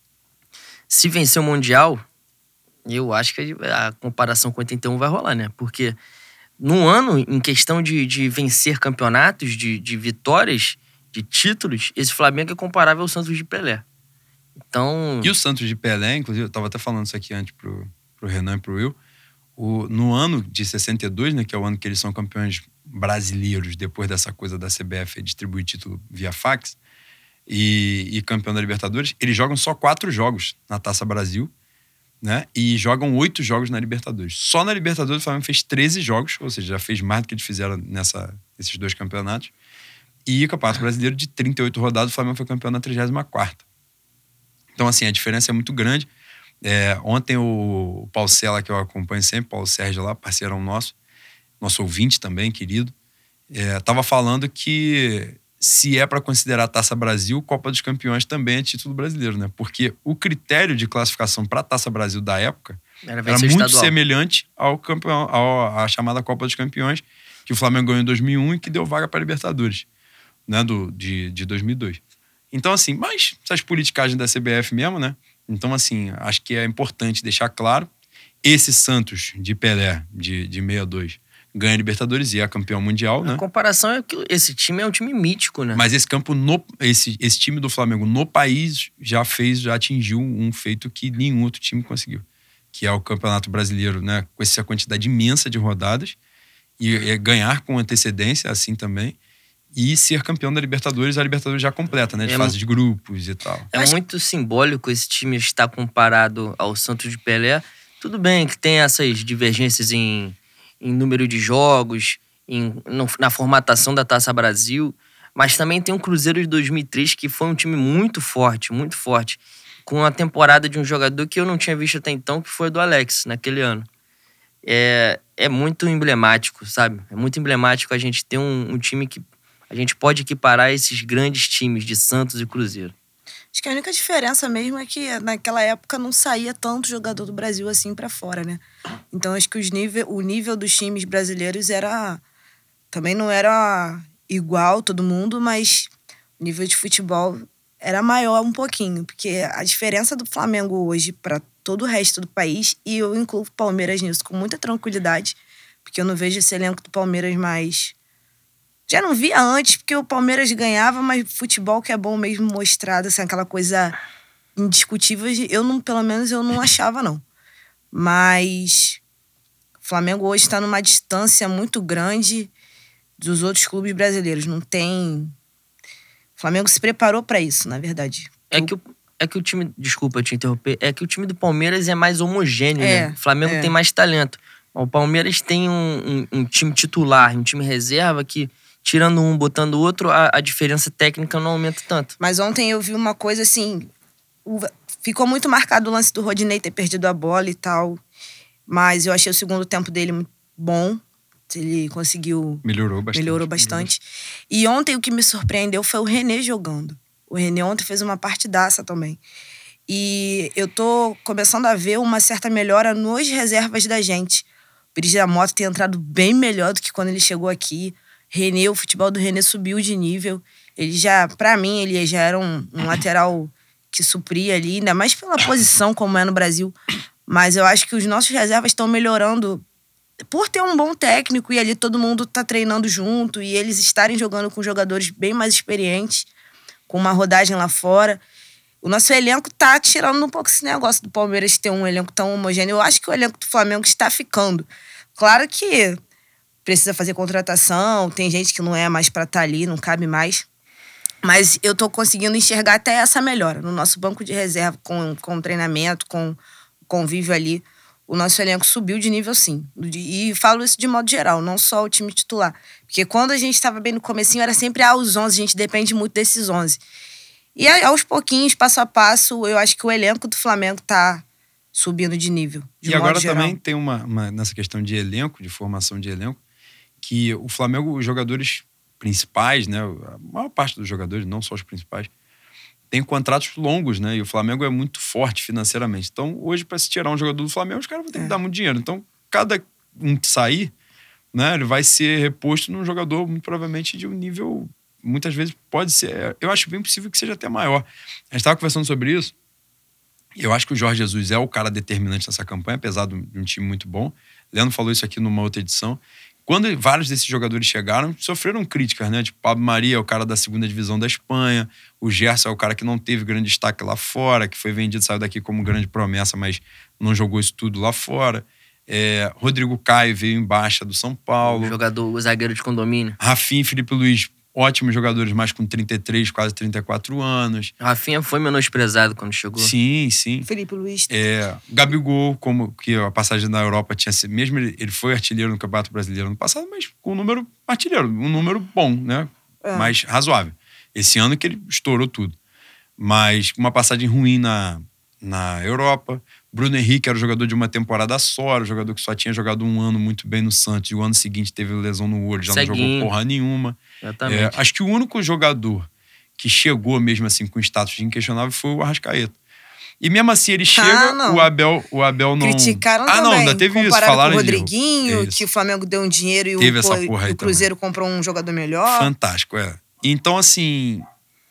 se vencer o Mundial, eu acho que a comparação com 81 vai rolar, né? Porque no ano, em questão de vencer campeonatos, de vitórias, de títulos, esse Flamengo é comparável ao Santos de Pelé. Então... E o Santos de Pelé, inclusive, eu tava até falando isso aqui antes pro Renan e pro Will, no ano de 62, né, que é o ano que eles são campeões brasileiros, depois dessa coisa da CBF distribuir título via fax, e campeão da Libertadores, eles jogam só 4 jogos na Taça Brasil, né? E jogam 8 jogos na Libertadores. Só na Libertadores o Flamengo fez 13 jogos, ou seja, já fez mais do que eles fizeram nesses 2 campeonatos. E o Campeonato Brasileiro, de 38 rodadas, o Flamengo foi campeão na 34ª. Então, assim, a diferença é muito grande. Ontem o Paulo Sela, que eu acompanho sempre, Paulo Sérgio lá, parceirão nosso ouvinte também, querido, tava falando que se é para considerar a Taça Brasil, Copa dos Campeões também é título brasileiro, né? Porque o critério de classificação para a Taça Brasil da época era muito estadual, semelhante à chamada Copa dos Campeões, que o Flamengo ganhou em 2001 e que deu vaga para a Libertadores, né? De 2002. Então, assim, mas essas politicagens da CBF mesmo, né? Então, assim, acho que é importante deixar claro, esse Santos de Pelé, de 62, ganha a Libertadores e é campeão mundial, né? A comparação é que esse time é um time mítico, né? Mas esse time do Flamengo no país já atingiu um feito que nenhum outro time conseguiu, que é o Campeonato Brasileiro, né? Com essa quantidade imensa de rodadas e ganhar com antecedência, assim também, e ser campeão da Libertadores, a Libertadores já completa, né? De fase de grupos e tal. É muito simbólico esse time estar comparado ao Santos de Pelé. Tudo bem que tem essas divergências em número de jogos, na formatação da Taça Brasil, mas também tem o Cruzeiro de 2003, que foi um time muito forte, com a temporada de um jogador que eu não tinha visto até então, que foi do Alex, naquele ano. É muito emblemático, sabe? É muito emblemático a gente ter um time que a gente pode equiparar esses grandes times de Santos e Cruzeiro. Acho que a única diferença mesmo é que naquela época não saía tanto jogador do Brasil assim pra fora, né? Então acho que o nível dos times brasileiros também não era igual todo mundo, mas o nível de futebol era maior um pouquinho, porque a diferença do Flamengo hoje pra todo o resto do país, e eu incluo o Palmeiras nisso com muita tranquilidade, porque eu não vejo esse elenco do Palmeiras mais... Já não via antes, porque o Palmeiras ganhava, mas futebol que é bom mesmo mostrado, assim, aquela coisa indiscutível, pelo menos eu não achava, não. Mas o Flamengo hoje está numa distância muito grande dos outros clubes brasileiros. Não tem... O Flamengo se preparou para isso, na verdade. É que o time... Desculpa te interromper. É que o time do Palmeiras é mais homogêneo, né? O Flamengo tem mais talento. O Palmeiras tem um time titular, um time reserva que... Tirando um, botando o outro, a diferença técnica não aumenta tanto. Mas ontem eu vi uma coisa assim... Ficou muito marcado o lance do Rodinei ter perdido a bola e tal. Mas eu achei o segundo tempo dele muito bom. Ele conseguiu... Melhorou bastante. E ontem o que me surpreendeu foi o René jogando. O René ontem fez uma partidaça também. E eu tô começando a ver uma certa melhora nos reservas da gente. O Brigitte Mota tem entrado bem melhor do que quando ele chegou aqui. René, o futebol do René subiu de nível. Ele já, pra mim, ele já era um lateral que supria ali, ainda mais pela posição como é no Brasil. Mas eu acho que os nossos reservas estão melhorando por ter um bom técnico e ali todo mundo tá treinando junto e eles estarem jogando com jogadores bem mais experientes, com uma rodagem lá fora. O nosso elenco tá tirando um pouco esse negócio do Palmeiras ter um elenco tão homogêneo. Eu acho que o elenco do Flamengo está ficando. Claro que precisa fazer contratação, tem gente que não é mais pra estar ali, não cabe mais. Mas eu tô conseguindo enxergar até essa melhora. No nosso banco de reserva, com treinamento, com convívio ali, o nosso elenco subiu de nível, sim. E falo isso de modo geral, não só o time titular. Porque quando a gente estava bem no comecinho, era sempre os 11, a gente depende muito desses 11. E aos pouquinhos, passo a passo, eu acho que o elenco do Flamengo tá subindo de nível, de e modo agora geral. também tem uma nessa questão de elenco, de formação de elenco, que o Flamengo, os jogadores principais, né, a maior parte dos jogadores, não só os principais, tem contratos longos, né, e o Flamengo é muito forte financeiramente. Então, hoje, para se tirar um jogador do Flamengo, os caras vão ter que dar muito dinheiro. Então, cada um que sair, né, ele vai ser reposto num jogador, muito provavelmente, de um nível, muitas vezes, pode ser, eu acho bem possível que seja até maior. A gente estava conversando sobre isso. Eu acho que o Jorge Jesus é o cara determinante nessa campanha, apesar de um time muito bom. Leandro falou isso aqui numa outra edição. Quando vários desses jogadores chegaram, sofreram críticas, né? Tipo, Pablo Maria é o cara da segunda divisão da Espanha, o Gerson é o cara que não teve grande destaque lá fora, que foi vendido, saiu daqui como grande promessa, mas não jogou isso tudo lá fora. Rodrigo Caio veio em baixa do São Paulo. O zagueiro de condomínio. Rafinha e Felipe Luiz, ótimos jogadores, mas com 33, quase 34 anos. Rafinha foi menosprezado quando chegou. Sim, sim. Felipe Luiz. Gabigol, como que a passagem na Europa tinha sido, mesmo ele foi artilheiro no Campeonato Brasileiro no passado, mas com um número artilheiro, um número bom, né? Mais razoável. Esse ano que ele estourou tudo. Mas uma passagem ruim na Europa. Bruno Henrique era o jogador de uma temporada só, era o jogador que só tinha jogado um ano muito bem no Santos, e o ano seguinte teve lesão no olho, já não jogou porra nenhuma. Exatamente. Acho que o único jogador que chegou mesmo assim com status de inquestionável foi o Arrascaeta. E mesmo assim ele chega, o Abel não... Criticaram também. Não, ainda teve isso. Falaram com o Rodriguinho, que o Flamengo deu um dinheiro e o Cruzeiro comprou um jogador melhor. Fantástico, Então, assim,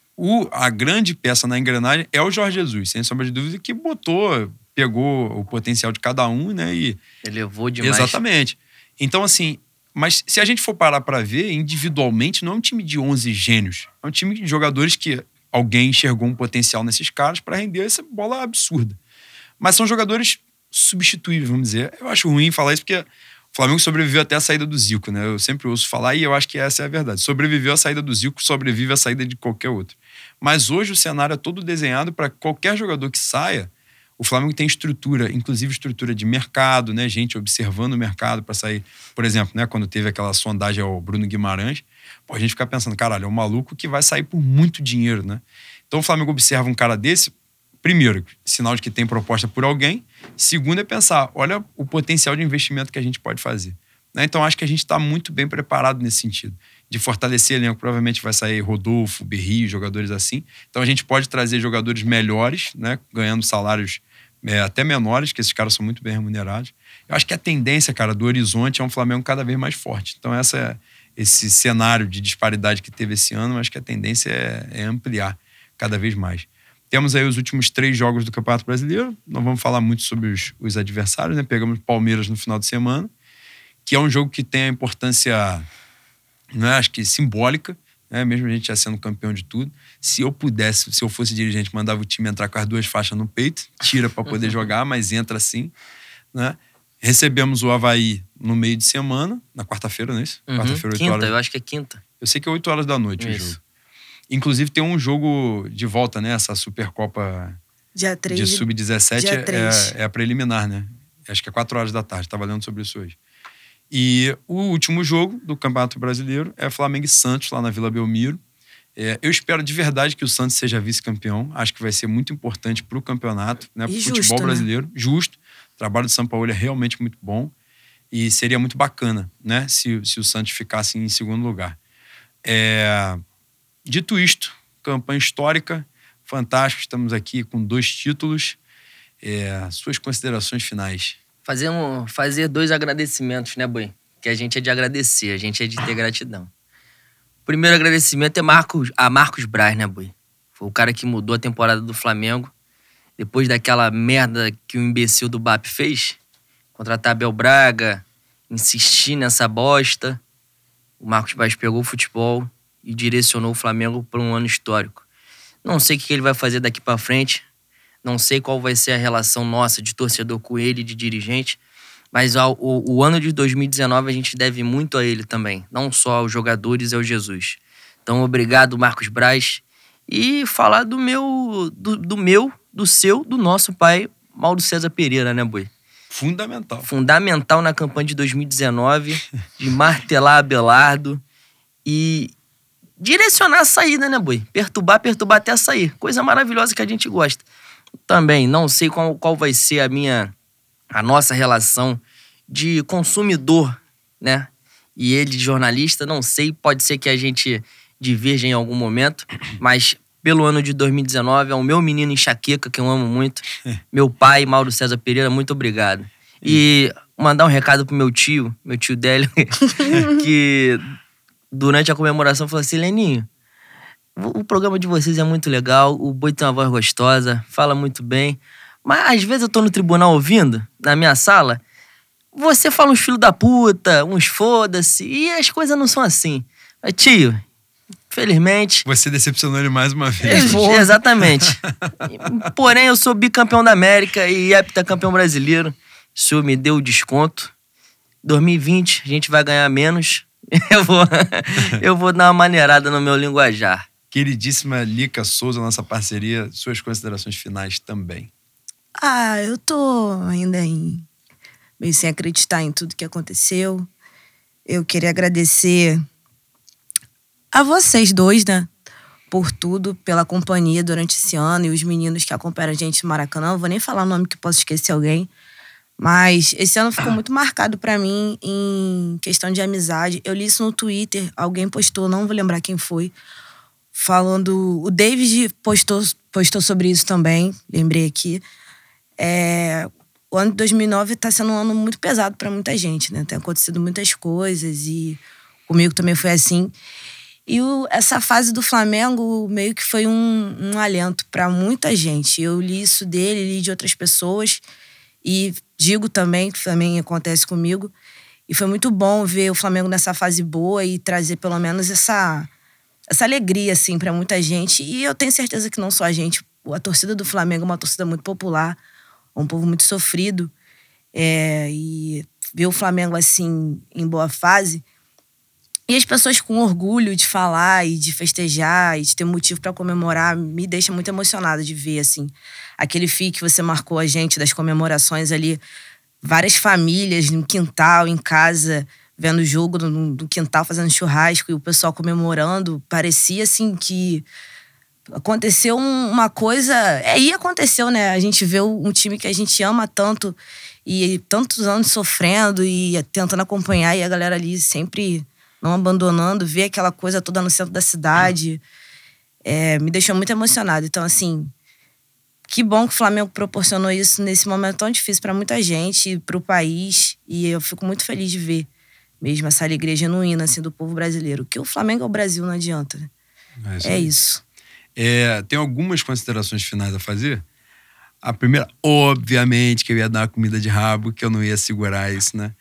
a grande peça na engrenagem é o Jorge Jesus, sem sombra de dúvida, que pegou o potencial de cada um, né? E elevou demais. Exatamente. Então, assim, mas se a gente for parar pra ver, individualmente, não é um time de 11 gênios. É um time de jogadores que alguém enxergou um potencial nesses caras pra render essa bola absurda. Mas são jogadores substituíveis, vamos dizer. Eu acho ruim falar isso porque o Flamengo sobreviveu até a saída do Zico, né? Eu sempre ouço falar e eu acho que essa é a verdade. Sobreviveu à saída do Zico, sobrevive à saída de qualquer outro. Mas hoje o cenário é todo desenhado para qualquer jogador que saia. O Flamengo tem estrutura, inclusive estrutura de mercado, né? Gente observando o mercado para sair. Por exemplo, né? Quando teve aquela sondagem ao Bruno Guimarães, a gente fica pensando, caralho, é um maluco que vai sair por muito dinheiro, né? Então o Flamengo observa um cara desse, primeiro, sinal de que tem proposta por alguém. Segundo é pensar, olha o potencial de investimento que a gente pode fazer. Né? Então acho que a gente está muito bem preparado nesse sentido. De fortalecer elenco, provavelmente vai sair Rodolfo, Berrio, jogadores assim. Então a gente pode trazer jogadores melhores, né? Ganhando salários até menores, que esses caras são muito bem remunerados. Eu acho que a tendência, cara, do horizonte é um Flamengo cada vez mais forte. Então esse cenário de disparidade que teve esse ano, eu acho que a tendência é ampliar cada vez mais. Temos aí os últimos 3 jogos do Campeonato Brasileiro. Não vamos falar muito sobre os adversários, né? Pegamos Palmeiras no final de semana, que é um jogo que tem a importância, né, acho que simbólica, né? Mesmo a gente já sendo campeão de tudo. Se eu fosse dirigente, mandava o time entrar com as 2 faixas no peito, tira para poder jogar, mas entra assim, né? Recebemos o Avaí no meio de semana, na quarta-feira, não é isso? Quarta-feira, 8 quinta, horas. eu acho que é quinta. Eu sei que é 8 horas da noite isso. o jogo. Inclusive tem um jogo de volta, né? Essa Supercopa dia 3, de Sub-17 dia 3. é a preliminar, né? Acho que é 4 horas da tarde, estava lendo sobre isso hoje. E o último jogo do Campeonato Brasileiro é Flamengo e Santos, lá na Vila Belmiro. Eu espero de verdade que o Santos seja vice-campeão. Acho que vai ser muito importante para o campeonato, né? Para o futebol brasileiro. Né? Justo. O trabalho do São Paulo é realmente muito bom. E seria muito bacana, né? Se o Santos ficasse em segundo lugar. Dito isto, campanha histórica, fantástico. Estamos aqui com 2 títulos. Suas considerações finais, Fazer 2 agradecimentos, né, Boi? Que a gente é de agradecer, a gente é de ter gratidão. O primeiro agradecimento é a Marcos Braz, né, Boi? Foi o cara que mudou a temporada do Flamengo. Depois daquela merda que o imbecil do BAP fez, contratar Abel Braga, insistir nessa bosta, o Marcos Braz pegou o futebol e direcionou o Flamengo para um ano histórico. Não sei o que ele vai fazer daqui para frente, não sei qual vai ser a relação nossa de torcedor com ele, de dirigente, mas o ano de 2019 a gente deve muito a ele também, não só aos jogadores e ao Jesus. Então, obrigado, Marcos Braz. E falar do seu, do nosso pai, Mauro César Pereira, né, Boi? Fundamental. Fundamental na campanha de 2019, de martelar Abelardo e direcionar a saída, né, Boi? Perturbar até sair. Coisa maravilhosa que a gente gosta. Também não sei qual vai ser a nossa relação de consumidor, né? E ele de jornalista, não sei, pode ser que a gente diverja em algum momento, mas pelo ano de 2019, é o meu menino enxaqueca, que eu amo muito, meu pai, Mauro César Pereira, muito obrigado. E mandar um recado pro meu tio Délio, que durante a comemoração falou assim: Leninho, o programa de vocês é muito legal, o Boi tem uma voz gostosa, fala muito bem, mas às vezes eu tô no tribunal ouvindo, na minha sala, você fala uns filho da puta, uns foda-se, e as coisas não são assim. Mas, tio, felizmente... Você decepcionou ele mais uma vez. Exatamente. Porém, eu sou bicampeão da América e heptacampeão brasileiro. O senhor me deu o desconto. 2020, a gente vai ganhar menos. Eu vou dar uma maneirada no meu linguajar. Queridíssima Lica Souza, nossa parceria, suas considerações finais também. Eu tô ainda meio sem acreditar em tudo que aconteceu. Eu queria agradecer a vocês dois, né? Por tudo, pela companhia durante esse ano e os meninos que acompanham a gente no Maracanã. Não vou nem falar o nome que posso esquecer alguém. Mas esse ano ficou muito marcado pra mim em questão de amizade. Eu li isso no Twitter, alguém postou, não vou lembrar quem foi, falando... O David postou sobre isso também, lembrei aqui. O ano de 2009 tá sendo um ano muito pesado pra muita gente, né? Tem acontecido muitas coisas e comigo também foi assim. E essa fase do Flamengo meio que foi um alento pra muita gente. Eu li isso dele, li de outras pessoas e digo também, que também acontece comigo. E foi muito bom ver o Flamengo nessa fase boa e trazer pelo menos essa alegria, assim, pra muita gente. E eu tenho certeza que não só a gente. A torcida do Flamengo é uma torcida muito popular, um povo muito sofrido. E ver o Flamengo, assim, em boa fase... E as pessoas com orgulho de falar e de festejar e de ter motivo pra comemorar me deixa muito emocionada de ver, assim. Aquele FII que você marcou a gente das comemorações ali. Várias famílias no quintal, em casa, vendo o jogo no quintal, fazendo churrasco e o pessoal comemorando. Parecia, assim, que aconteceu uma coisa... E aconteceu, né? A gente vê um time que a gente ama tanto e tantos anos sofrendo e tentando acompanhar e a galera ali sempre... não abandonando, ver aquela coisa toda no centro da cidade, me deixou muito emocionada. Então, assim, que bom que o Flamengo proporcionou isso nesse momento tão difícil para muita gente, para o país, e eu fico muito feliz de ver mesmo essa alegria genuína, assim, do povo brasileiro. Que o Flamengo é o Brasil, não adianta. É isso. Tem algumas considerações finais a fazer. A primeira, obviamente, que eu ia dar uma comida de rabo, que eu não ia segurar isso, né?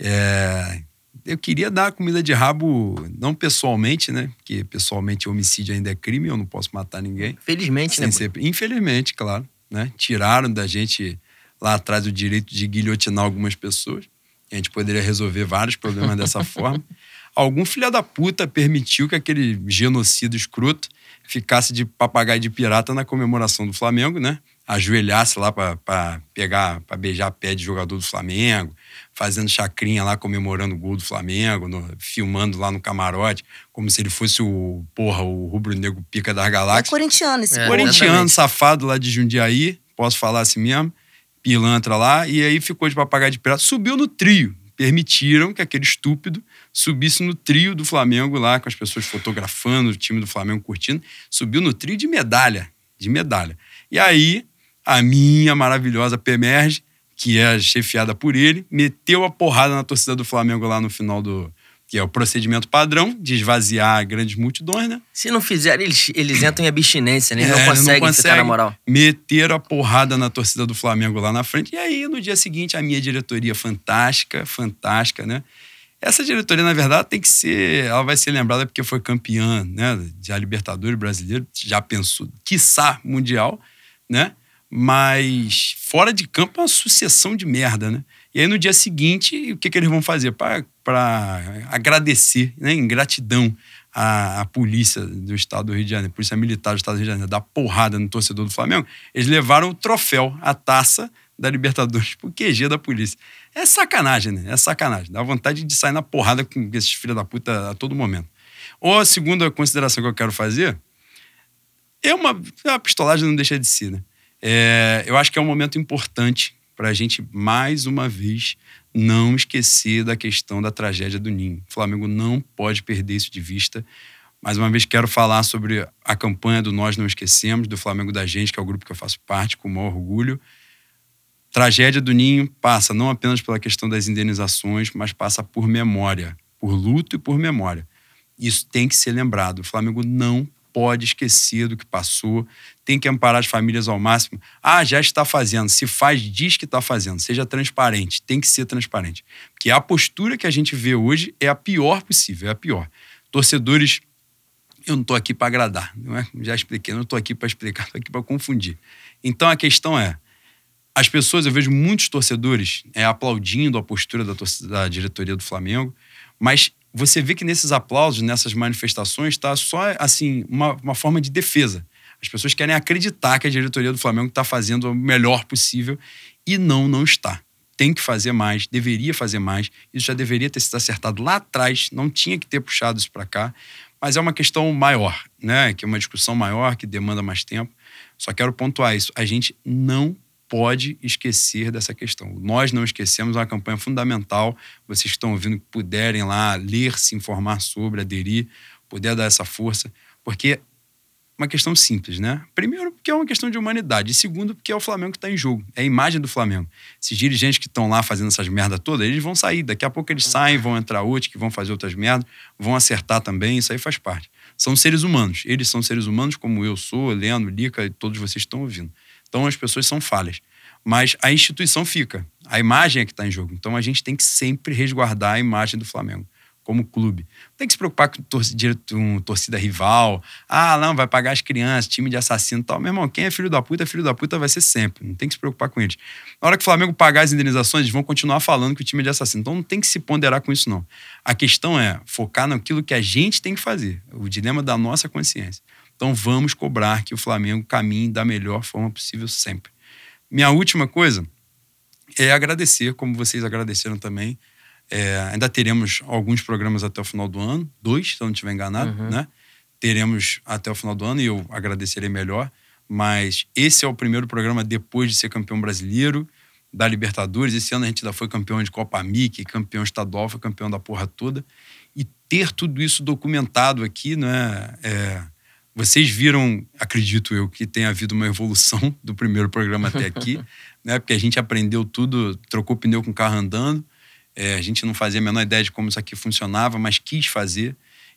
Eu queria dar comida de rabo, não pessoalmente, né? Porque pessoalmente homicídio ainda é crime, eu não posso matar ninguém. Felizmente, né? Infelizmente, claro. Né? Tiraram da gente lá atrás o direito de guilhotinar algumas pessoas. A gente poderia resolver vários problemas dessa forma. Algum filho da puta permitiu que aquele genocida escroto ficasse de papagaio de pirata na comemoração do Flamengo, né? Ajoelhasse lá pra beijar pé de jogador do Flamengo, fazendo chacrinha lá, comemorando o gol do Flamengo, filmando lá no camarote, como se ele fosse o rubro-negro pica das galáxias. Corintiano esse corintiano, safado lá de Jundiaí, posso falar assim mesmo, pilantra lá, e aí ficou de papagaio de pirata, subiu no trio. Permitiram que aquele estúpido subisse no trio do Flamengo lá, com as pessoas fotografando, o time do Flamengo curtindo, subiu no trio de medalha. E aí, a minha maravilhosa Pemerge, que é chefiada por ele, meteu a porrada na torcida do Flamengo lá no final que é o procedimento padrão de esvaziar grandes multidões, né? Se não fizerem, eles entram em abstinência, né? Eles não conseguem ficar na moral. Meteram a porrada na torcida do Flamengo lá na frente. E aí, no dia seguinte, a minha diretoria fantástica, né? Essa diretoria, na verdade, ela vai ser lembrada porque foi campeã, né, de Libertadores brasileiro, já pensou, quiçá mundial, né? Mas fora de campo é uma sucessão de merda, né? E aí no dia seguinte, o que eles vão fazer? Para agradecer, né, em gratidão à polícia do estado do Rio de Janeiro, polícia militar do estado do Rio de Janeiro, dar porrada no torcedor do Flamengo, eles levaram o troféu, a taça da Libertadores pro QG da polícia. É sacanagem, né? É sacanagem. Dá vontade de sair na porrada com esses filhos da puta a todo momento. Ou a segunda consideração que eu quero fazer é uma pistolagem, não deixa de ser, né? Eu acho que é um momento importante para a gente, mais uma vez, não esquecer da questão da tragédia do Ninho. O Flamengo não pode perder isso de vista. Mais uma vez, quero falar sobre a campanha do Nós Não Esquecemos, do Flamengo da Gente, que é o grupo que eu faço parte, com o maior orgulho. Tragédia do Ninho passa não apenas pela questão das indenizações, mas passa por memória, por luto e por memória. Isso tem que ser lembrado. O Flamengo não pode esquecer do que passou, tem que amparar as famílias ao máximo. Já está fazendo. Se faz, diz que está fazendo. Seja transparente. Tem que ser transparente. Porque a postura que a gente vê hoje é a pior possível, é a pior. Torcedores, eu não estou aqui para agradar, não é? Já expliquei, não estou aqui para explicar, estou aqui para confundir. Então a questão é, as pessoas, eu vejo muitos torcedores aplaudindo a postura da diretoria do Flamengo, mas você vê que nesses aplausos, nessas manifestações, está só assim, uma forma de defesa. As pessoas querem acreditar que a diretoria do Flamengo está fazendo o melhor possível e não está. Tem que fazer mais, deveria fazer mais. Isso já deveria ter sido acertado lá atrás, não tinha que ter puxado isso para cá. Mas é uma questão maior, né? Que é uma discussão maior, que demanda mais tempo. Só quero pontuar isso. A gente não pode esquecer dessa questão. Nós Não Esquecemos, é uma campanha fundamental. Vocês que estão ouvindo, que puderem lá ler, se informar sobre, aderir, puder dar essa força, porque é uma questão simples, né? Primeiro, porque é uma questão de humanidade. E segundo, porque é o Flamengo que está em jogo. É a imagem do Flamengo. Esses dirigentes que estão lá fazendo essas merdas todas, eles vão sair. Daqui a pouco eles saem, vão entrar outros que vão fazer outras merdas, vão acertar também, isso aí faz parte. São seres humanos. Eles são seres humanos como eu sou, Leandro, Lica e todos vocês estão ouvindo. Então as pessoas são falhas. Mas a instituição fica. A imagem é que está em jogo. Então a gente tem que sempre resguardar a imagem do Flamengo como clube. Não tem que se preocupar com torcida rival. Não, vai pagar as crianças, time de assassino e tal. Meu irmão, quem é filho da puta vai ser sempre. Não tem que se preocupar com eles. Na hora que o Flamengo pagar as indenizações, eles vão continuar falando que o time é de assassino. Então não tem que se ponderar com isso, não. A questão é focar naquilo que a gente tem que fazer. O dilema da nossa consciência. Então vamos cobrar que o Flamengo caminhe da melhor forma possível sempre. Minha última coisa é agradecer, como vocês agradeceram também. Ainda teremos alguns programas até o final do ano, 2, se eu não estiver enganado, né? Teremos até o final do ano e eu agradecerei melhor. Mas esse é o primeiro programa depois de ser campeão brasileiro, da Libertadores. Esse ano a gente ainda foi campeão de Copa Amic, campeão estadual, foi campeão da porra toda. E ter tudo isso documentado aqui, né? Vocês viram, acredito eu, que tem havido uma evolução do primeiro programa até aqui, né? Porque a gente aprendeu tudo, trocou pneu com o carro andando. A gente não fazia a menor ideia de como isso aqui funcionava, mas quis fazer.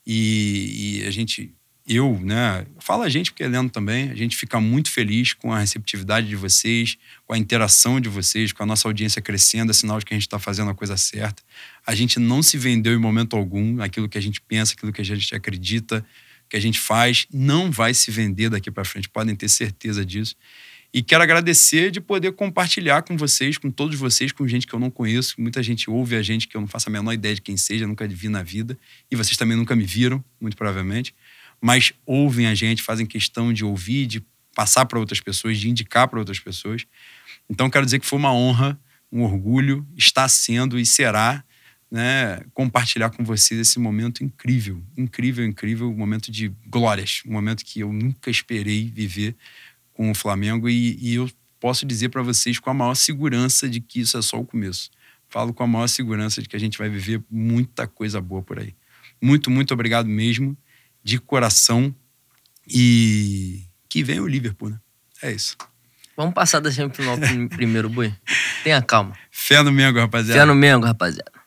E a gente, né? Fala a gente, porque é Leandro também, a gente fica muito feliz com a receptividade de vocês, com a interação de vocês, com a nossa audiência crescendo, é sinal de que a gente está fazendo a coisa certa. A gente não se vendeu em momento algum, aquilo que a gente pensa, aquilo que a gente acredita, que a gente faz, não vai se vender daqui para frente, podem ter certeza disso. E quero agradecer de poder compartilhar com vocês, com todos vocês, com gente que eu não conheço. Muita gente ouve a gente que eu não faço a menor ideia de quem seja, nunca vi na vida. E vocês também nunca me viram, muito provavelmente. Mas ouvem a gente, fazem questão de ouvir, de passar para outras pessoas, de indicar para outras pessoas. Então quero dizer que foi uma honra, um orgulho, está sendo e será, né, compartilhar com vocês esse momento incrível, um momento de glórias, um momento que eu nunca esperei viver com o Flamengo e eu posso dizer para vocês com a maior segurança de que isso é só o começo. Falo com a maior segurança de que a gente vai viver muita coisa boa por aí. Muito, muito obrigado mesmo, de coração, e que venha o Liverpool, né? É isso. Vamos passar da semifinal primeiro, Boi? Tenha calma. Fé no Mengo, rapaziada. Fé no Mengo, rapaziada.